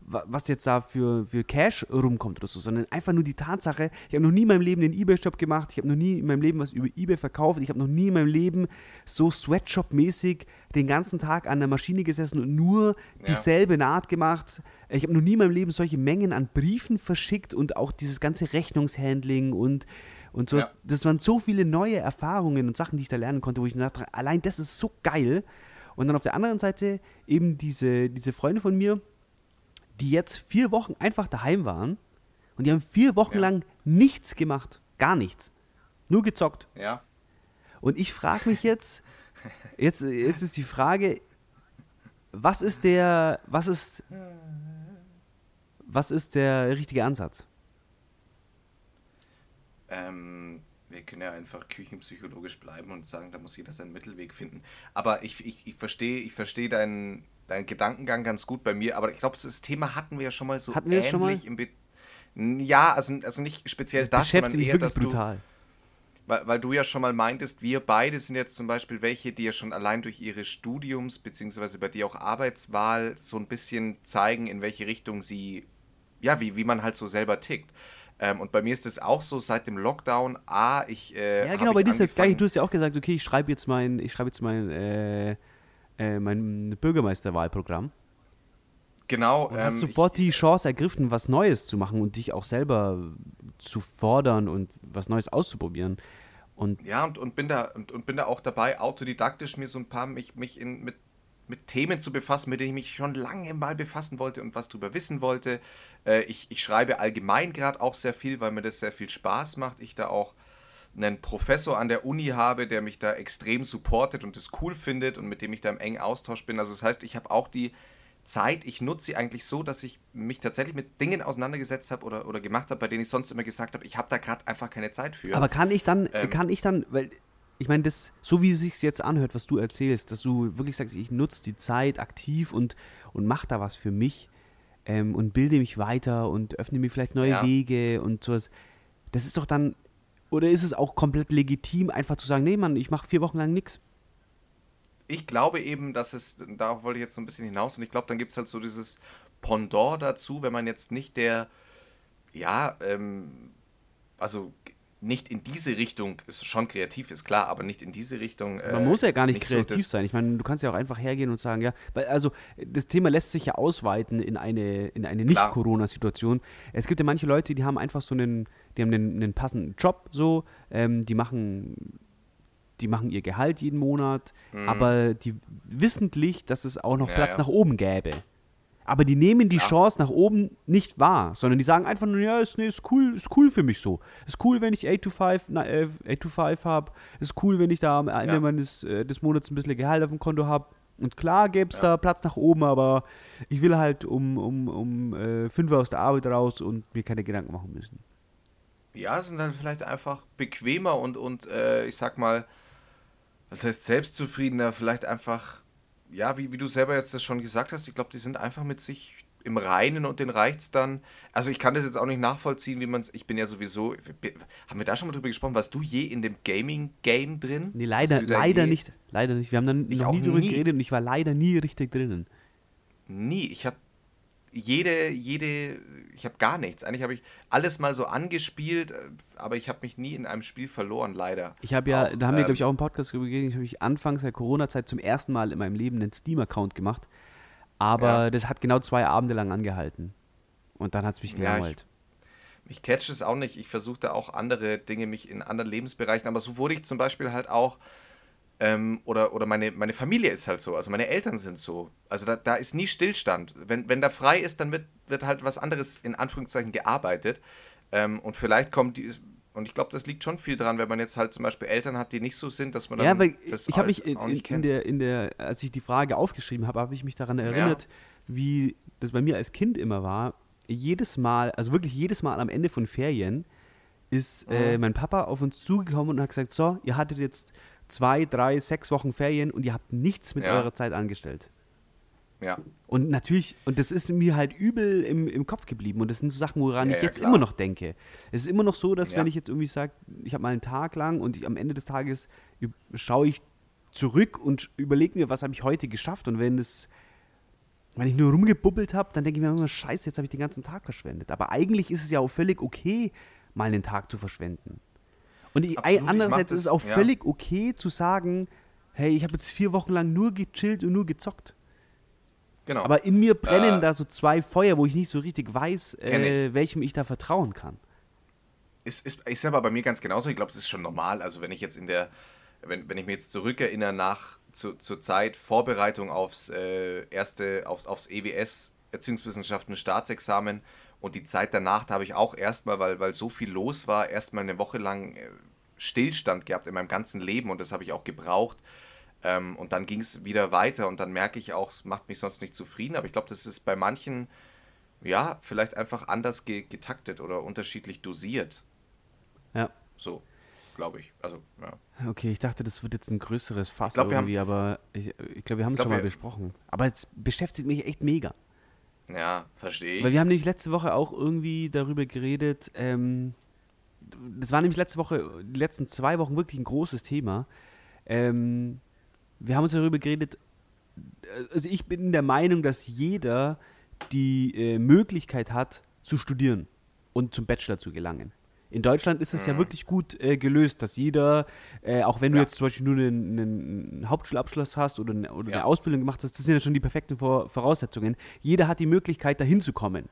wa- was jetzt da für, für Cash rumkommt oder so, sondern einfach nur die Tatsache, ich habe noch nie in meinem Leben einen eBay-Shop gemacht, ich habe noch nie in meinem Leben was über eBay verkauft, ich habe noch nie in meinem Leben so Sweatshop-mäßig den ganzen Tag an der Maschine gesessen und nur Ja. dieselbe Naht gemacht. Ich habe noch nie in meinem Leben solche Mengen an Briefen verschickt und auch dieses ganze Rechnungshandling und, und sowas. Ja. Das waren so viele neue Erfahrungen und Sachen, die ich da lernen konnte, wo ich mir dachte, allein das ist so geil. Und dann auf der anderen Seite eben diese, diese Freunde von mir, die jetzt vier Wochen einfach daheim waren und die haben vier Wochen Ja. lang nichts gemacht. Gar nichts. Nur gezockt. Ja. Und ich frage mich jetzt, jetzt, jetzt ist die Frage, was ist der, was ist, was ist der richtige Ansatz? Ähm, wir können ja einfach küchenpsychologisch bleiben und sagen, da muss jeder seinen Mittelweg finden. Aber ich, ich, ich verstehe ich versteh deinen, deinen Gedankengang ganz gut bei mir, aber ich glaube, das Thema hatten wir ja schon mal so Hatten wir das schon mal? im Be- Ja, also, also nicht speziell das, beschäftigt sondern mich eher, wirklich dass du, brutal. weil, weil du ja schon mal meintest, wir beide sind jetzt zum Beispiel welche, die ja schon allein durch ihre Studiums, beziehungsweise bei dir auch Arbeitswahl, so ein bisschen zeigen, in welche Richtung sie, ja, wie, wie man halt so selber tickt. Ähm, und bei mir ist es auch so, seit dem Lockdown, A, ich äh, Ja, hab genau, ich bei dir ist jetzt gleich, angefangen- du hast ja auch gesagt, okay, ich schreibe jetzt mein, ich schreibe jetzt mein, äh, äh, mein Bürgermeisterwahlprogramm. Genau, Und hast ähm, sofort ich, die Chance ergriffen, was Neues zu machen und dich auch selber zu fordern und was Neues auszuprobieren. Und ja, und, und, bin da, und, und bin da auch dabei, autodidaktisch mir so ein paar, mich, mich in, mit, mit Themen zu befassen, mit denen ich mich schon lange mal befassen wollte und was drüber wissen wollte. Äh, ich, ich schreibe allgemein gerade auch sehr viel, weil mir das sehr viel Spaß macht. Ich da auch einen Professor an der Uni habe, der mich da extrem supportet und das cool findet und mit dem ich da im engen Austausch bin. Also das heißt, ich habe auch die Zeit, ich nutze sie eigentlich so, dass ich mich tatsächlich mit Dingen auseinandergesetzt habe oder, oder gemacht habe, bei denen ich sonst immer gesagt habe, ich habe da gerade einfach keine Zeit für. aber kann ich dann, Ähm. kann ich dann, weil ich meine, das, so wie es sich jetzt anhört, was du erzählst, dass du wirklich sagst, ich nutze die Zeit aktiv und, und mache da was für mich ähm, und bilde mich weiter und öffne mir vielleicht neue Ja. Wege und sowas. Das ist doch dann, oder ist es auch komplett legitim, einfach zu sagen, nee, Mann, ich mache vier Wochen lang nichts. Ich glaube eben, dass es, darauf wollte ich jetzt so ein bisschen hinaus, und ich glaube, dann gibt es halt so dieses Pendant dazu, wenn man jetzt nicht der, ja, ähm, also g- nicht in diese Richtung, ist schon kreativ, ist klar, aber nicht in diese Richtung. Äh, Man muss ja jetzt gar nicht so kreativ das- sein. Ich meine, du kannst ja auch einfach hergehen und sagen, ja, weil also das Thema lässt sich ja ausweiten in eine, in eine Klar. Nicht-Corona-Situation. Es gibt ja manche Leute, die haben einfach so einen, die haben einen, einen passenden Job so, ähm, die machen, die machen ihr Gehalt jeden Monat, aber die wissentlich, dass es auch noch Mhm. Ja, Platz ja. nach oben gäbe. Aber die nehmen die Klar. Chance nach oben nicht wahr, sondern die sagen einfach nur, ja, ist, nee, ist cool, ist cool für mich so. Ist cool, wenn ich acht to five, na, äh, acht to five habe. Ist cool, wenn ich da am Ende Ja. meines äh, des Monats ein bisschen Gehalt auf dem Konto habe. Und klar gäbe es Ja. da Platz nach oben, aber ich will halt um, um, um äh, fünf Uhr aus der Arbeit raus und mir keine Gedanken machen müssen. Ja, sind dann vielleicht einfach bequemer und, und äh, ich sag mal, was heißt selbstzufriedener, vielleicht einfach, ja, wie, wie du selber jetzt das schon gesagt hast, ich glaube, die sind einfach mit sich im Reinen und denen reicht's dann. Also ich kann das jetzt auch nicht nachvollziehen, wie man es, ich bin ja sowieso, haben wir da schon mal drüber gesprochen, warst du je in dem Gaming-Game drin? Nee, leider, Hast du da leider je- nicht. Leider nicht. Wir haben dann Ich noch auch nie drüber nie. geredet und ich war leider nie richtig drinnen. Nie, ich habe jede, jede, ich habe gar nichts. Eigentlich habe ich alles mal so angespielt, äh, aber ich habe mich nie in einem Spiel verloren, leider. Ich habe ja, Auch, da haben wir, ähm, glaube ich, auch im Podcast drüber geredet, habe ich anfangs der Corona-Zeit zum ersten Mal in meinem Leben einen Steam-Account gemacht. Aber Ja. das hat genau zwei Abende lang angehalten. Und dann hat es mich Ja, ich- gelangweilt. Mich catcht es auch nicht. Ich versuche da auch andere Dinge, mich in anderen Lebensbereichen, aber so wurde ich zum Beispiel halt auch, ähm, oder, oder meine, meine Familie ist halt so, also meine Eltern sind so. Also da, da ist nie Stillstand. Wenn, wenn da frei ist, dann wird, wird halt was anderes in Anführungszeichen gearbeitet. Ähm, und vielleicht kommt die, und ich glaube, das liegt schon viel dran, wenn man jetzt halt zum Beispiel Eltern hat, die nicht so sind, dass man dann Ja, weil das ich habe halt mich in, auch in, nicht in, kennt. der, in der, als ich die Frage aufgeschrieben habe, habe ich mich daran erinnert, wie das bei mir als Kind immer war. Jedes Mal, also wirklich jedes Mal am Ende von Ferien, ist äh, Mhm. mein Papa auf uns zugekommen und hat gesagt, so, ihr hattet jetzt zwei, drei, sechs Wochen Ferien und ihr habt nichts mit Ja. eurer Zeit angestellt. Ja. Und natürlich, und das ist mir halt übel im, im Kopf geblieben. Und das sind so Sachen, woran Ja, ich ja, jetzt klar. immer noch denke. Es ist immer noch so, dass Ja. wenn ich jetzt irgendwie sage, ich habe mal einen Tag lang und ich, am Ende des Tages üb- schaue ich zurück und überlege mir, was habe ich heute geschafft. Und wenn es wenn ich nur rumgebubbelt habe, dann denke ich mir immer, scheiße, jetzt habe ich den ganzen Tag verschwendet. Aber eigentlich ist es ja auch völlig okay, mal einen Tag zu verschwenden. Und ich, Absolut, andererseits ich ist es auch ja. völlig okay zu sagen, hey, ich habe jetzt vier Wochen lang nur gechillt und nur gezockt. Genau. Aber in mir brennen Äh, da so zwei Feuer, wo ich nicht so richtig weiß, Kenn äh, welchem ich da vertrauen kann. Ist, ist, ist aber bei mir ganz genauso. Ich glaube, es ist schon normal. Also wenn ich jetzt in der, wenn, wenn ich mir jetzt zurückerinnere nach zu, zur Zeit Vorbereitung aufs äh, erste, aufs, aufs E W S, Erziehungswissenschaften, Staatsexamen und die Zeit danach, da habe ich auch erstmal, weil, weil so viel los war, erstmal eine Woche lang äh, Stillstand gehabt in meinem ganzen Leben und das habe ich auch gebraucht. Ähm, und dann ging es wieder weiter und dann merke ich auch, es macht mich sonst nicht zufrieden, aber ich glaube, das ist bei manchen, ja, vielleicht einfach anders ge- getaktet oder unterschiedlich dosiert. Ja. So, glaube ich. Also, ja. Okay, ich dachte, das wird jetzt ein größeres Fass Ich glaub, wir irgendwie, aber ich, ich glaube, wir haben es glaub, schon mal wir- besprochen. Aber es beschäftigt mich echt mega. Ja, verstehe Weil ich. wir haben nämlich letzte Woche auch irgendwie darüber geredet, ähm, das war nämlich letzte Woche, die letzten zwei Wochen wirklich ein großes Thema. Ähm, wir haben uns darüber geredet, also ich bin der Meinung, dass jeder die äh, Möglichkeit hat, zu studieren und zum Bachelor zu gelangen. In Deutschland ist es ja wirklich gut äh, gelöst, dass jeder, äh, auch wenn du Ja. jetzt zum Beispiel nur einen, einen Hauptschulabschluss hast oder, eine, oder Ja. eine Ausbildung gemacht hast, das sind ja schon die perfekten Vor- Voraussetzungen. Jeder hat die Möglichkeit, da hinzukommen.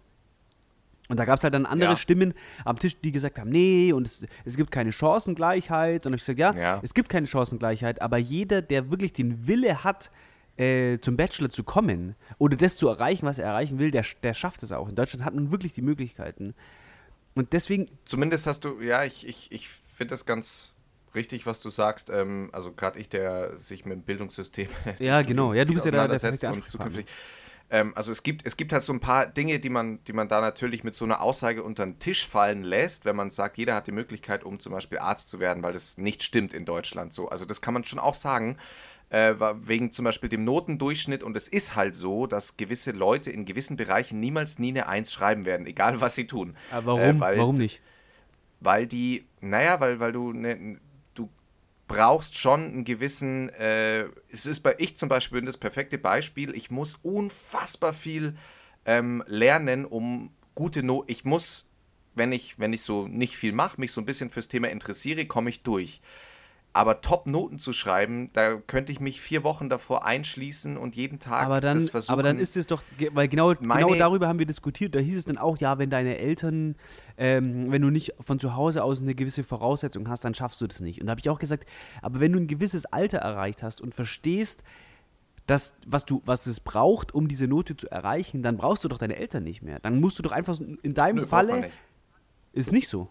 Und da gab es halt dann andere Ja. Stimmen am Tisch, die gesagt haben, nee, und es, es gibt keine Chancengleichheit. Und dann habe ich gesagt, ja, Ja. es gibt keine Chancengleichheit, aber jeder, der wirklich den Wille hat, äh, zum Bachelor zu kommen oder das zu erreichen, was er erreichen will, der, der schafft es auch. In Deutschland hat man wirklich die Möglichkeiten. Und deswegen, Zumindest hast du, ja, ich, ich, ich finde das ganz richtig, was du sagst. Ähm, also gerade ich, der sich mit dem Bildungssystem ja genau, ja, du viel bist ja da der auseinandersetzt perfekte und Ansprechpartner. zukünftig. Ähm, also es gibt, es gibt halt so ein paar Dinge, die man, die man da natürlich mit so einer Aussage unter den Tisch fallen lässt, wenn man sagt, jeder hat die Möglichkeit, um zum Beispiel Arzt zu werden, weil das nicht stimmt in Deutschland so. Also das kann man schon auch sagen, äh, wegen zum Beispiel dem Notendurchschnitt. Und es ist halt so, dass gewisse Leute in gewissen Bereichen niemals nie eine Eins schreiben werden, egal was sie tun. Aber warum, Äh, weil, warum nicht? Weil die, naja, weil, weil du, ne, du brauchst schon einen gewissen, äh, es ist bei, ich zum Beispiel bin das perfekte Beispiel, ich muss unfassbar viel ähm, lernen, um gute Noten, ich muss, wenn ich, wenn ich so nicht viel mache, mich so ein bisschen fürs Thema interessiere, komme ich durch. Aber Top-Noten zu schreiben, da könnte ich mich vier Wochen davor einschließen und jeden Tag Aber dann, das versuchen. aber dann ist es doch, ge- weil genau, Meine- genau darüber haben wir diskutiert, da hieß es dann auch, ja, wenn deine Eltern, ähm, wenn du nicht von zu Hause aus eine gewisse Voraussetzung hast, dann schaffst du das nicht. Und da habe ich auch gesagt, aber wenn du ein gewisses Alter erreicht hast und verstehst, dass, was, du, was es braucht, um diese Note zu erreichen, dann brauchst du doch deine Eltern nicht mehr. Dann musst du doch einfach, so- in deinem Nö, braucht man Falle, nicht. ist nicht so.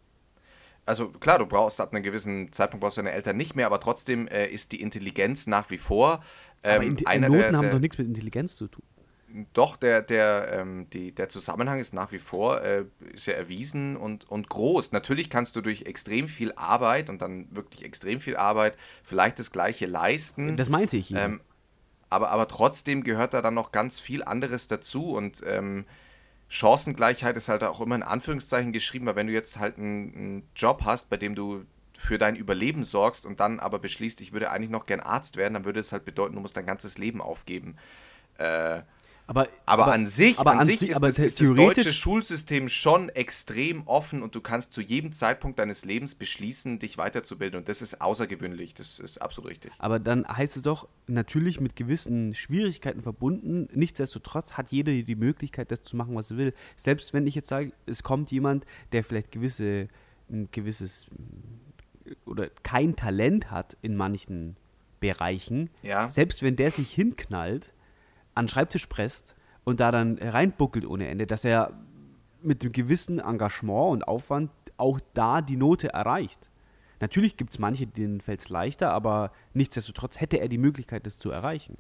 Also klar, du brauchst ab einem gewissen Zeitpunkt brauchst du deine Eltern nicht mehr, aber trotzdem äh, ist die Intelligenz nach wie vor ähm, aber Inti- einer Noten der, haben der, doch nichts mit Intelligenz zu tun. Doch, der, der, ähm, die, der Zusammenhang ist nach wie vor äh, ist ja erwiesen und, und groß. Natürlich kannst du durch extrem viel Arbeit und dann wirklich extrem viel Arbeit vielleicht das Gleiche leisten. Das meinte ich eben. Ähm, aber, aber trotzdem gehört da dann noch ganz viel anderes dazu und ähm, Chancengleichheit ist halt auch immer in Anführungszeichen geschrieben, weil wenn du jetzt halt einen, einen Job hast, bei dem du für dein Überleben sorgst und dann aber beschließt, ich würde eigentlich noch gern Arzt werden, dann würde es halt bedeuten, du musst dein ganzes Leben aufgeben. Äh, aber, aber, an sich, aber an an sich sich- ist, aber das, ist das theoretisch- deutsche Schulsystem schon extrem offen und du kannst zu jedem Zeitpunkt deines Lebens beschließen, dich weiterzubilden und das ist außergewöhnlich, das ist absolut richtig. Aber dann heißt es doch, natürlich mit gewissen Schwierigkeiten verbunden, nichtsdestotrotz hat jeder die Möglichkeit, das zu machen, was er will. Selbst wenn ich jetzt sage, es kommt jemand, der vielleicht gewisse, ein gewisses oder kein Talent hat in manchen Bereichen, Ja. selbst wenn der sich hinknallt, an den Schreibtisch presst und da dann reinbuckelt ohne Ende, dass er mit einem gewissen Engagement und Aufwand auch da die Note erreicht. Natürlich gibt es manche, denen fällt es leichter, aber nichtsdestotrotz hätte er die Möglichkeit, das zu erreichen.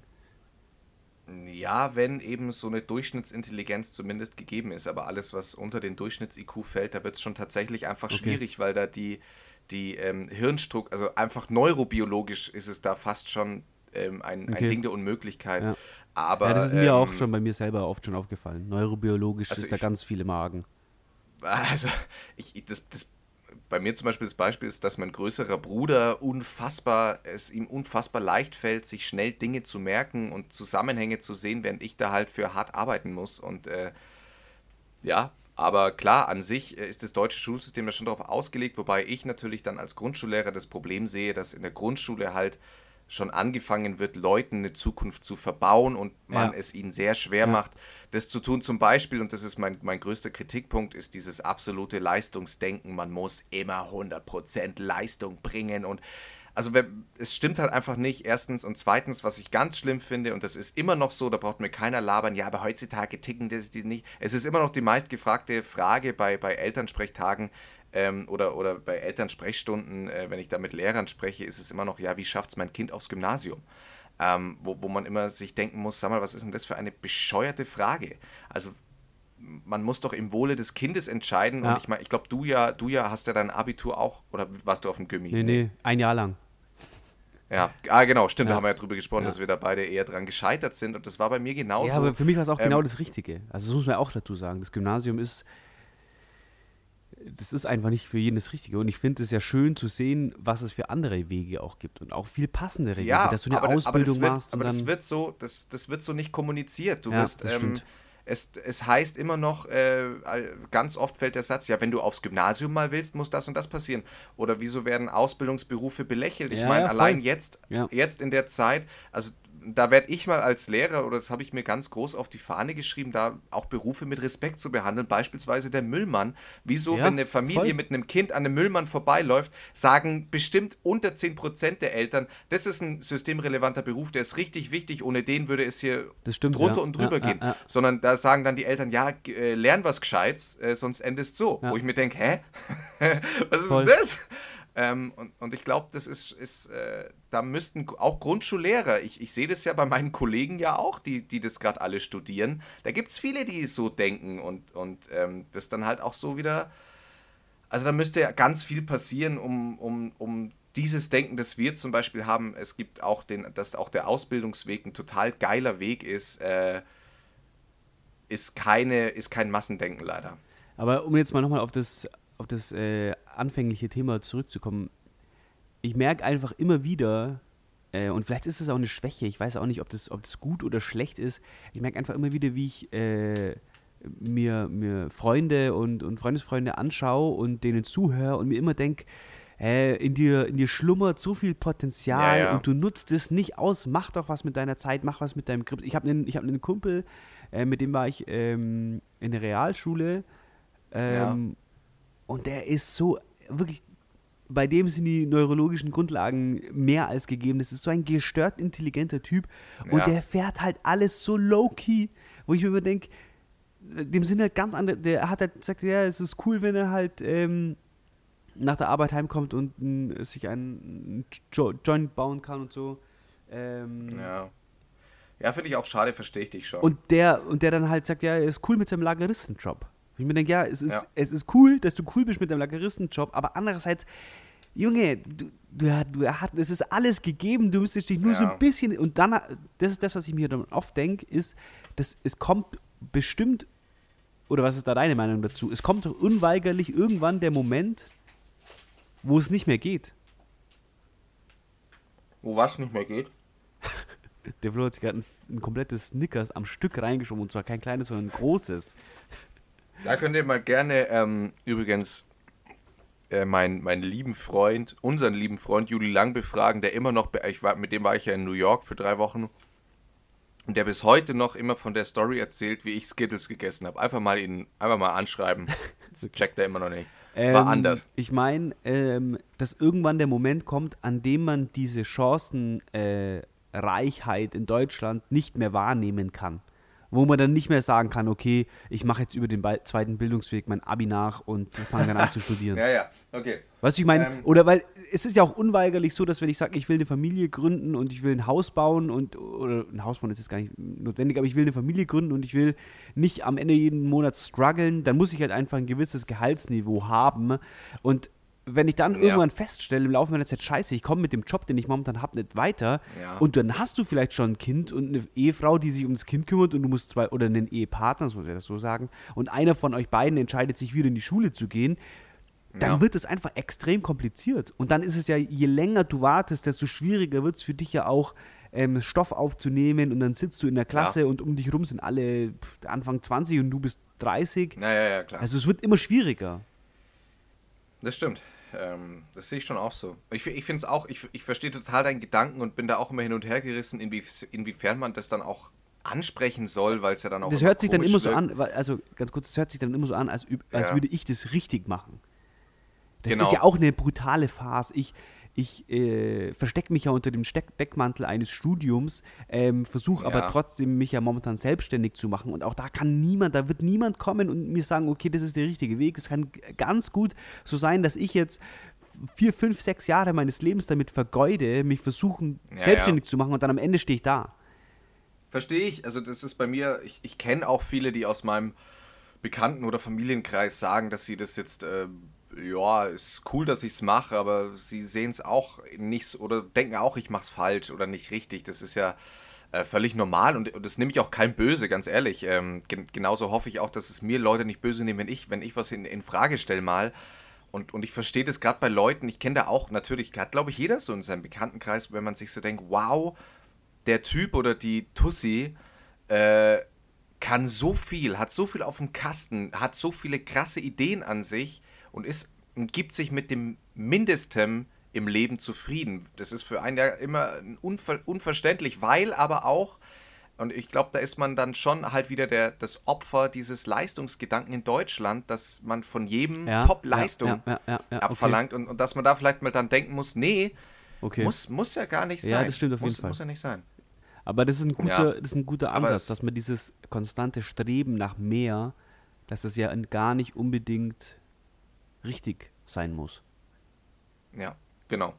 Ja, wenn eben so eine Durchschnittsintelligenz zumindest gegeben ist, aber alles, was unter den Durchschnitts-I Q fällt, da wird es schon tatsächlich einfach Okay. schwierig, weil da die, die ähm, Hirnstruktur, also einfach neurobiologisch ist es da fast schon ähm, ein, Okay. ein Ding der Unmöglichkeit. Ja. Aber, ja, das ist mir ähm, auch schon bei mir selber oft schon aufgefallen. Neurobiologisch Also ist da ich- ganz viele Magen. Also, ich, ich- das, das bei mir zum Beispiel das Beispiel ist, dass mein größerer Bruder unfassbar, es ihm unfassbar leicht fällt, sich schnell Dinge zu merken und Zusammenhänge zu sehen, während ich da halt für hart arbeiten muss. Und äh, ja, aber klar, an sich äh, ist das deutsche Schulsystem da schon darauf ausgelegt, wobei ich natürlich dann als Grundschullehrer das Problem sehe, dass in der Grundschule halt schon angefangen wird, Leuten eine Zukunft zu verbauen und man Ja. es ihnen sehr schwer Ja. macht, das zu tun. Zum Beispiel, und das ist mein, mein größter Kritikpunkt, ist dieses absolute Leistungsdenken. Man muss immer hundert Prozent Leistung bringen und also wenn, es stimmt halt einfach nicht, erstens. Und zweitens, was ich ganz schlimm finde, und das ist immer noch so, da braucht mir keiner labern, ja, aber heutzutage ticken das die nicht. Es ist immer noch die meistgefragte Frage bei, bei Elternsprechtagen, ähm, oder, oder bei Elternsprechstunden, äh, wenn ich da mit Lehrern spreche, ist es immer noch, ja, wie schafft es mein Kind aufs Gymnasium? Ähm, wo, wo man immer sich denken muss, sag mal, was ist denn das für eine bescheuerte Frage? Also man muss doch im Wohle des Kindes entscheiden. Ja. Und ich meine, ich glaube, du ja, du ja hast ja dein Abitur auch, oder warst du auf dem Gymi? Nee, nee, ein Jahr lang. Ja, ah, genau, stimmt, Ja. da haben wir ja drüber gesprochen, Ja. dass wir da beide eher dran gescheitert sind. Und das war bei mir genauso. Ja, aber für mich war es auch Ähm, genau das Richtige. Also das muss man auch dazu sagen. Das Gymnasium ist, das ist einfach nicht für jeden das Richtige. Und ich finde es ja schön zu sehen, was es für andere Wege auch gibt und auch viel passendere Ja, Wege, dass du eine aber, aber Ausbildung das wird, machst und aber dann. das wird so, das, das wird so nicht kommuniziert. Du Ja, wirst, das ähm, stimmt. es, es heißt immer noch, äh, ganz oft fällt der Satz, ja, wenn du aufs Gymnasium mal willst, muss das und das passieren. Oder wieso werden Ausbildungsberufe belächelt? Ich Ja, meine, ja, voll. allein jetzt, Ja. jetzt in der Zeit, also da werde ich mal als Lehrer, oder das habe ich mir ganz groß auf die Fahne geschrieben, da auch Berufe mit Respekt zu behandeln, beispielsweise der Müllmann. Wieso, Ja, wenn eine Familie voll. mit einem Kind an einem Müllmann vorbeiläuft, sagen bestimmt unter zehn Prozent der Eltern, das ist ein systemrelevanter Beruf, der ist richtig wichtig, ohne den würde es hier Das stimmt, drunter ja. und drüber Ja, ja, gehen. ja. Sondern da sagen dann die Eltern, ja, g- äh, lern was Gescheites, äh, sonst endest so. Ja. Wo ich mir denke, hä? Was ist Voll. denn das? Ähm, und, und ich glaube, das ist, ist äh, da müssten auch Grundschullehrer, ich, ich sehe das ja bei meinen Kollegen ja auch, die, die das gerade alle studieren, da gibt es viele, die so denken und, und ähm, das dann halt auch so wieder, also da müsste ja ganz viel passieren, um, um, um dieses Denken, das wir zum Beispiel haben. Es gibt auch den, dass auch der Ausbildungsweg ein total geiler Weg ist, äh, ist, keine, ist kein Massendenken leider. Aber um jetzt mal nochmal auf das, auf das äh, anfängliche Thema zurückzukommen, ich merke einfach immer wieder, äh, und vielleicht ist es auch eine Schwäche, ich weiß auch nicht, ob das, ob das gut oder schlecht ist, ich merke einfach immer wieder, wie ich äh, mir, mir Freunde und, und Freundesfreunde anschaue und denen zuhöre und mir immer denke, äh, in dir, in dir schlummert so viel Potenzial Ja, ja. und du nutzt es nicht aus, mach doch was mit deiner Zeit, mach was mit deinem Grip. Ich habe einen, ich hab einen Kumpel, äh, mit dem war ich ähm, in der Realschule, ähm, und der ist so, wirklich, bei dem sind die neurologischen Grundlagen mehr als gegeben. Das ist so ein gestört intelligenter Typ. Und Ja. der fährt halt alles so low-key, wo ich mir immer denke, dem sind halt ganz andere, der hat halt gesagt, ja, es ist cool, wenn er halt ähm, nach der Arbeit heimkommt und n, sich einen jo- Joint bauen kann und so. Ähm, Ja, ja finde ich auch schade, verstehe ich dich schon. Und der, und der dann halt sagt, ja, er ist cool mit seinem Lageristen-Job. Und ich mir denke, ja, es ist, Ja. es ist cool, dass du cool bist mit deinem Lageristen-Job, aber andererseits, Junge, du, du, du hat, es ist alles gegeben, du müsstest dich nur so Ja. ein bisschen, und dann, das ist das, was ich mir dann oft denke, ist, dass es kommt bestimmt, oder was ist da deine Meinung dazu? Es kommt doch unweigerlich irgendwann der Moment, wo es nicht mehr geht. Wo was nicht mehr geht? Der Flo hat sich gerade ein, ein komplettes Snickers am Stück reingeschoben, und zwar kein kleines, sondern ein großes. Da könnt ihr mal gerne, ähm, übrigens, äh, meinen, meinen lieben Freund, unseren lieben Freund Juli Lang befragen, der immer noch, be- ich war, mit dem war ich ja in New York für drei Wochen und der bis heute noch immer von der Story erzählt, wie ich Skittles gegessen habe. Einfach mal ihn, einfach mal anschreiben. Das checkt er immer noch nicht. War Ähm, anders. Ich meine, ähm, dass irgendwann der Moment kommt, an dem man diese Chancenreichheit äh, Reichheit in Deutschland nicht mehr wahrnehmen kann. Wo man dann nicht mehr sagen kann, okay, ich mache jetzt über den Be- zweiten Bildungsweg mein Abi nach und fange dann an zu studieren. Ja, ja, okay. Weißt du, ich meine, Ähm, oder weil es ist ja auch unweigerlich so, dass wenn ich sage, ich will eine Familie gründen und ich will ein Haus bauen und, oder ein Haus bauen ist jetzt gar nicht notwendig, aber ich will eine Familie gründen und ich will nicht am Ende jeden Monat strugglen, dann muss ich halt einfach ein gewisses Gehaltsniveau haben. Und wenn ich dann Ja. irgendwann feststelle, im Laufe meiner Zeit, scheiße, ich komme mit dem Job, den ich momentan habe, nicht weiter, Ja. und dann hast du vielleicht schon ein Kind und eine Ehefrau, die sich um das Kind kümmert, und du musst zwei, oder einen Ehepartner, so würde ich das so sagen, und einer von euch beiden entscheidet sich wieder in die Schule zu gehen, dann Ja. wird es einfach extrem kompliziert. Und dann ist es ja, je länger du wartest, desto schwieriger wird es für dich ja auch, ähm, Stoff aufzunehmen. Und dann sitzt du in der Klasse Ja. und um dich rum sind alle pf, Anfang zwanzig und du bist dreißig. Ja, ja, ja, klar. Also es wird immer schwieriger. Das stimmt. Ähm, das sehe ich schon auch so. Ich, ich finde es auch, ich, ich verstehe total deinen Gedanken und bin da auch immer hin und her gerissen, inwie, inwiefern man das dann auch ansprechen soll, weil es ja dann auch Das immer hört sich dann komisch immer so wirkt. an, weil- also ganz kurz, das hört sich dann immer so an, als, üb- als Ja. würde ich das richtig machen. Das Genau. ist ja auch eine brutale Farce. Ich, ich äh, verstecke mich ja unter dem Steck Deckmantel eines Studiums, ähm, versuche aber Ja. trotzdem mich ja momentan selbstständig zu machen. Und auch da kann niemand, da wird niemand kommen und mir sagen, okay, das ist der richtige Weg. Es kann g- ganz gut so sein, dass ich jetzt vier, fünf, sechs Jahre meines Lebens damit vergeude, mich versuchen, Ja, selbstständig zu machen und dann am Ende stehe ich da. Verstehe ich. Also das ist bei mir, ich, ich kenne auch viele, die aus meinem Bekannten- oder Familienkreis sagen, dass sie das jetzt, äh, ja, ist cool, dass ich es mache, aber sie sehen es auch nicht so- oder denken auch, ich mache es falsch oder nicht richtig. Das ist ja äh, völlig normal und, und das nehme ich auch kein Böse, ganz ehrlich. Ähm, gen genauso hoffe ich auch, dass es mir Leute nicht böse nehmen, wenn ich, wenn ich was in, in Frage stelle mal. Und, und ich verstehe das gerade bei Leuten, ich kenne da auch, natürlich, hat glaube ich jeder so in seinem Bekanntenkreis, wenn man sich so denkt, wow, der Typ oder die Tussi äh, kann so viel, hat so viel auf dem Kasten, hat so viele krasse Ideen an sich und ist und gibt sich mit dem Mindestem im Leben zufrieden. Das ist für einen ja immer unver unverständlich, weil aber auch, und ich glaube, da ist man dann schon halt wieder der, das Opfer dieses Leistungsgedanken in Deutschland, dass man von jedem Ja, Top-Leistung ja, ja, ja, ja, okay. abverlangt und, und dass man da vielleicht mal dann denken muss, nee, Okay. muss, muss ja gar nicht sein. Ja, das stimmt auf jeden muss, Fall. Muss ja nicht sein. Aber das ist ein guter, Ja. das ist ein guter Aber Ansatz, es- dass man dieses konstante Streben nach mehr, dass das ja gar nicht unbedingt richtig sein muss. Ja, genau.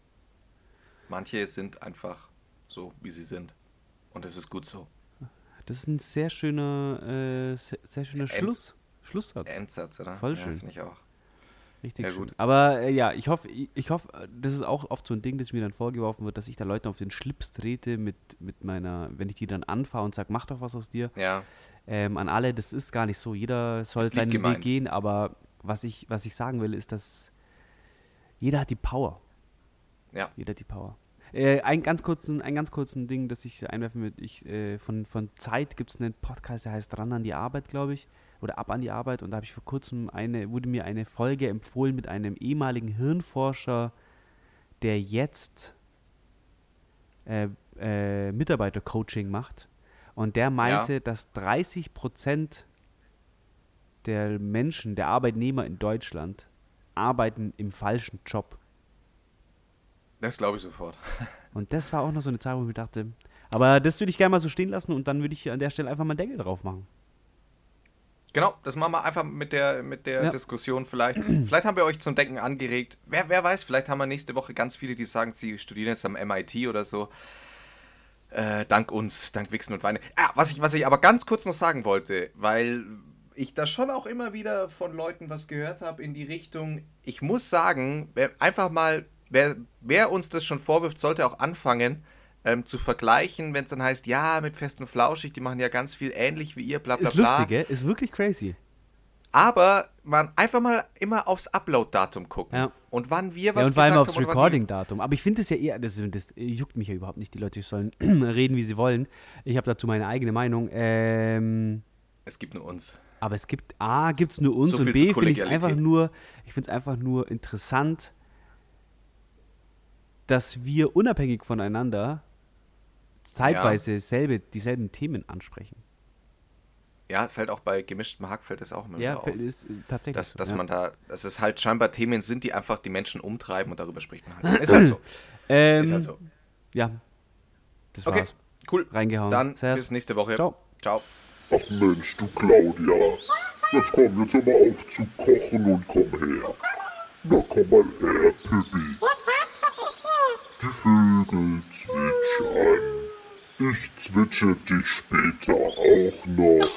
Manche sind einfach so, wie sie sind. Und es ist gut so. Das ist ein sehr schöner, äh, sehr, sehr schöner End- Schluss, Schlusssatz. Endsatz, oder? Voll ja, schön. Finde ich auch. Richtig Ja, schön. gut. Aber äh, ja, ich hoffe, ich, ich hoffe, äh, das ist auch oft so ein Ding, das mir dann vorgeworfen wird, dass ich da Leuten auf den Schlips trete mit, mit meiner, wenn ich die dann anfahre und sage, mach doch was aus dir. Ja, Ähm, an alle, das ist gar nicht so. Jeder soll Ist lieb seinen gemeint. Weg gehen, aber was ich, was ich sagen will, ist, dass jeder hat die Power. ja. Jeder hat die Power. Äh, ein ganz kurzen, ein ganz kurzen Ding, das ich einwerfen will. Ich, äh, von, von Zeit gibt es einen Podcast, der heißt Ran an die Arbeit, glaube ich. Oder Ab an die Arbeit. Und da habe ich vor kurzem eine, wurde mir eine Folge empfohlen mit einem ehemaligen Hirnforscher, der jetzt äh, äh, Mitarbeitercoaching macht. Und der meinte, Ja. dass dreißig Prozent der Menschen, der Arbeitnehmer in Deutschland, arbeiten im falschen Job. Das glaube ich sofort. Und das war auch noch so eine Zahl, wo ich mir dachte, aber das würde ich gerne mal so stehen lassen und dann würde ich an der Stelle einfach mal einen Deckel drauf machen. Genau, das machen wir einfach mit der, mit der Ja. Diskussion vielleicht. Vielleicht haben wir euch zum Denken angeregt. Wer, wer weiß, vielleicht haben wir nächste Woche ganz viele, die sagen, sie studieren jetzt am M I T oder so. Äh, dank uns, dank Wichsen und Weine. Ah, was ich, was ich aber ganz kurz noch sagen wollte, weil ich da schon auch immer wieder von Leuten was gehört habe in die Richtung, ich muss sagen, wer, einfach mal, wer, wer uns das schon vorwirft, sollte auch anfangen, ähm, zu vergleichen, wenn es dann heißt, ja, mit Fest und Flauschig, die machen ja ganz viel ähnlich wie ihr, bla bla Ist bla. lustig, gell? Ist wirklich crazy. Aber man einfach mal immer aufs Upload-Datum gucken. Ja. Und wann wir was Ja, und vor allem gesagt aufs haben oder wann wir- Recording-Datum. Aber ich finde das ja eher, das, das juckt mich ja überhaupt nicht. Die Leute sollen reden, wie sie wollen. Ich habe dazu meine eigene Meinung. Ähm, Es gibt nur uns. aber es gibt, A, gibt es nur uns So und viel B, zur finde ich es Kollegialität. einfach nur, ich finde es einfach nur interessant, dass wir unabhängig voneinander zeitweise selbe, dieselben Themen ansprechen. Ja, fällt auch bei gemischtem Hack, fällt es auch immer Ja, wieder auf. ist äh, tatsächlich Dass, so, dass ja. man da, dass es halt scheinbar Themen sind, die einfach die Menschen umtreiben und darüber spricht man halt. Ist halt so. Ähm, Ist halt so. Ja, das Okay, war's. cool. Reingehauen. Dann Servus. bis nächste Woche. Ciao. Ciao. Ach Mensch, du Claudia. Jetzt komm, jetzt hör mal auf zu kochen und komm her. Na komm mal her, Pippi. Ja, Schatz, was ist jetzt? Die Vögel zwitschern. Ich zwitsche dich später auch noch.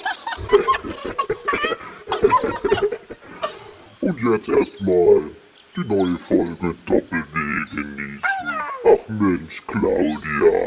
Und jetzt erstmal die neue Folge Doppel-W genießen. Ach Mensch, Claudia.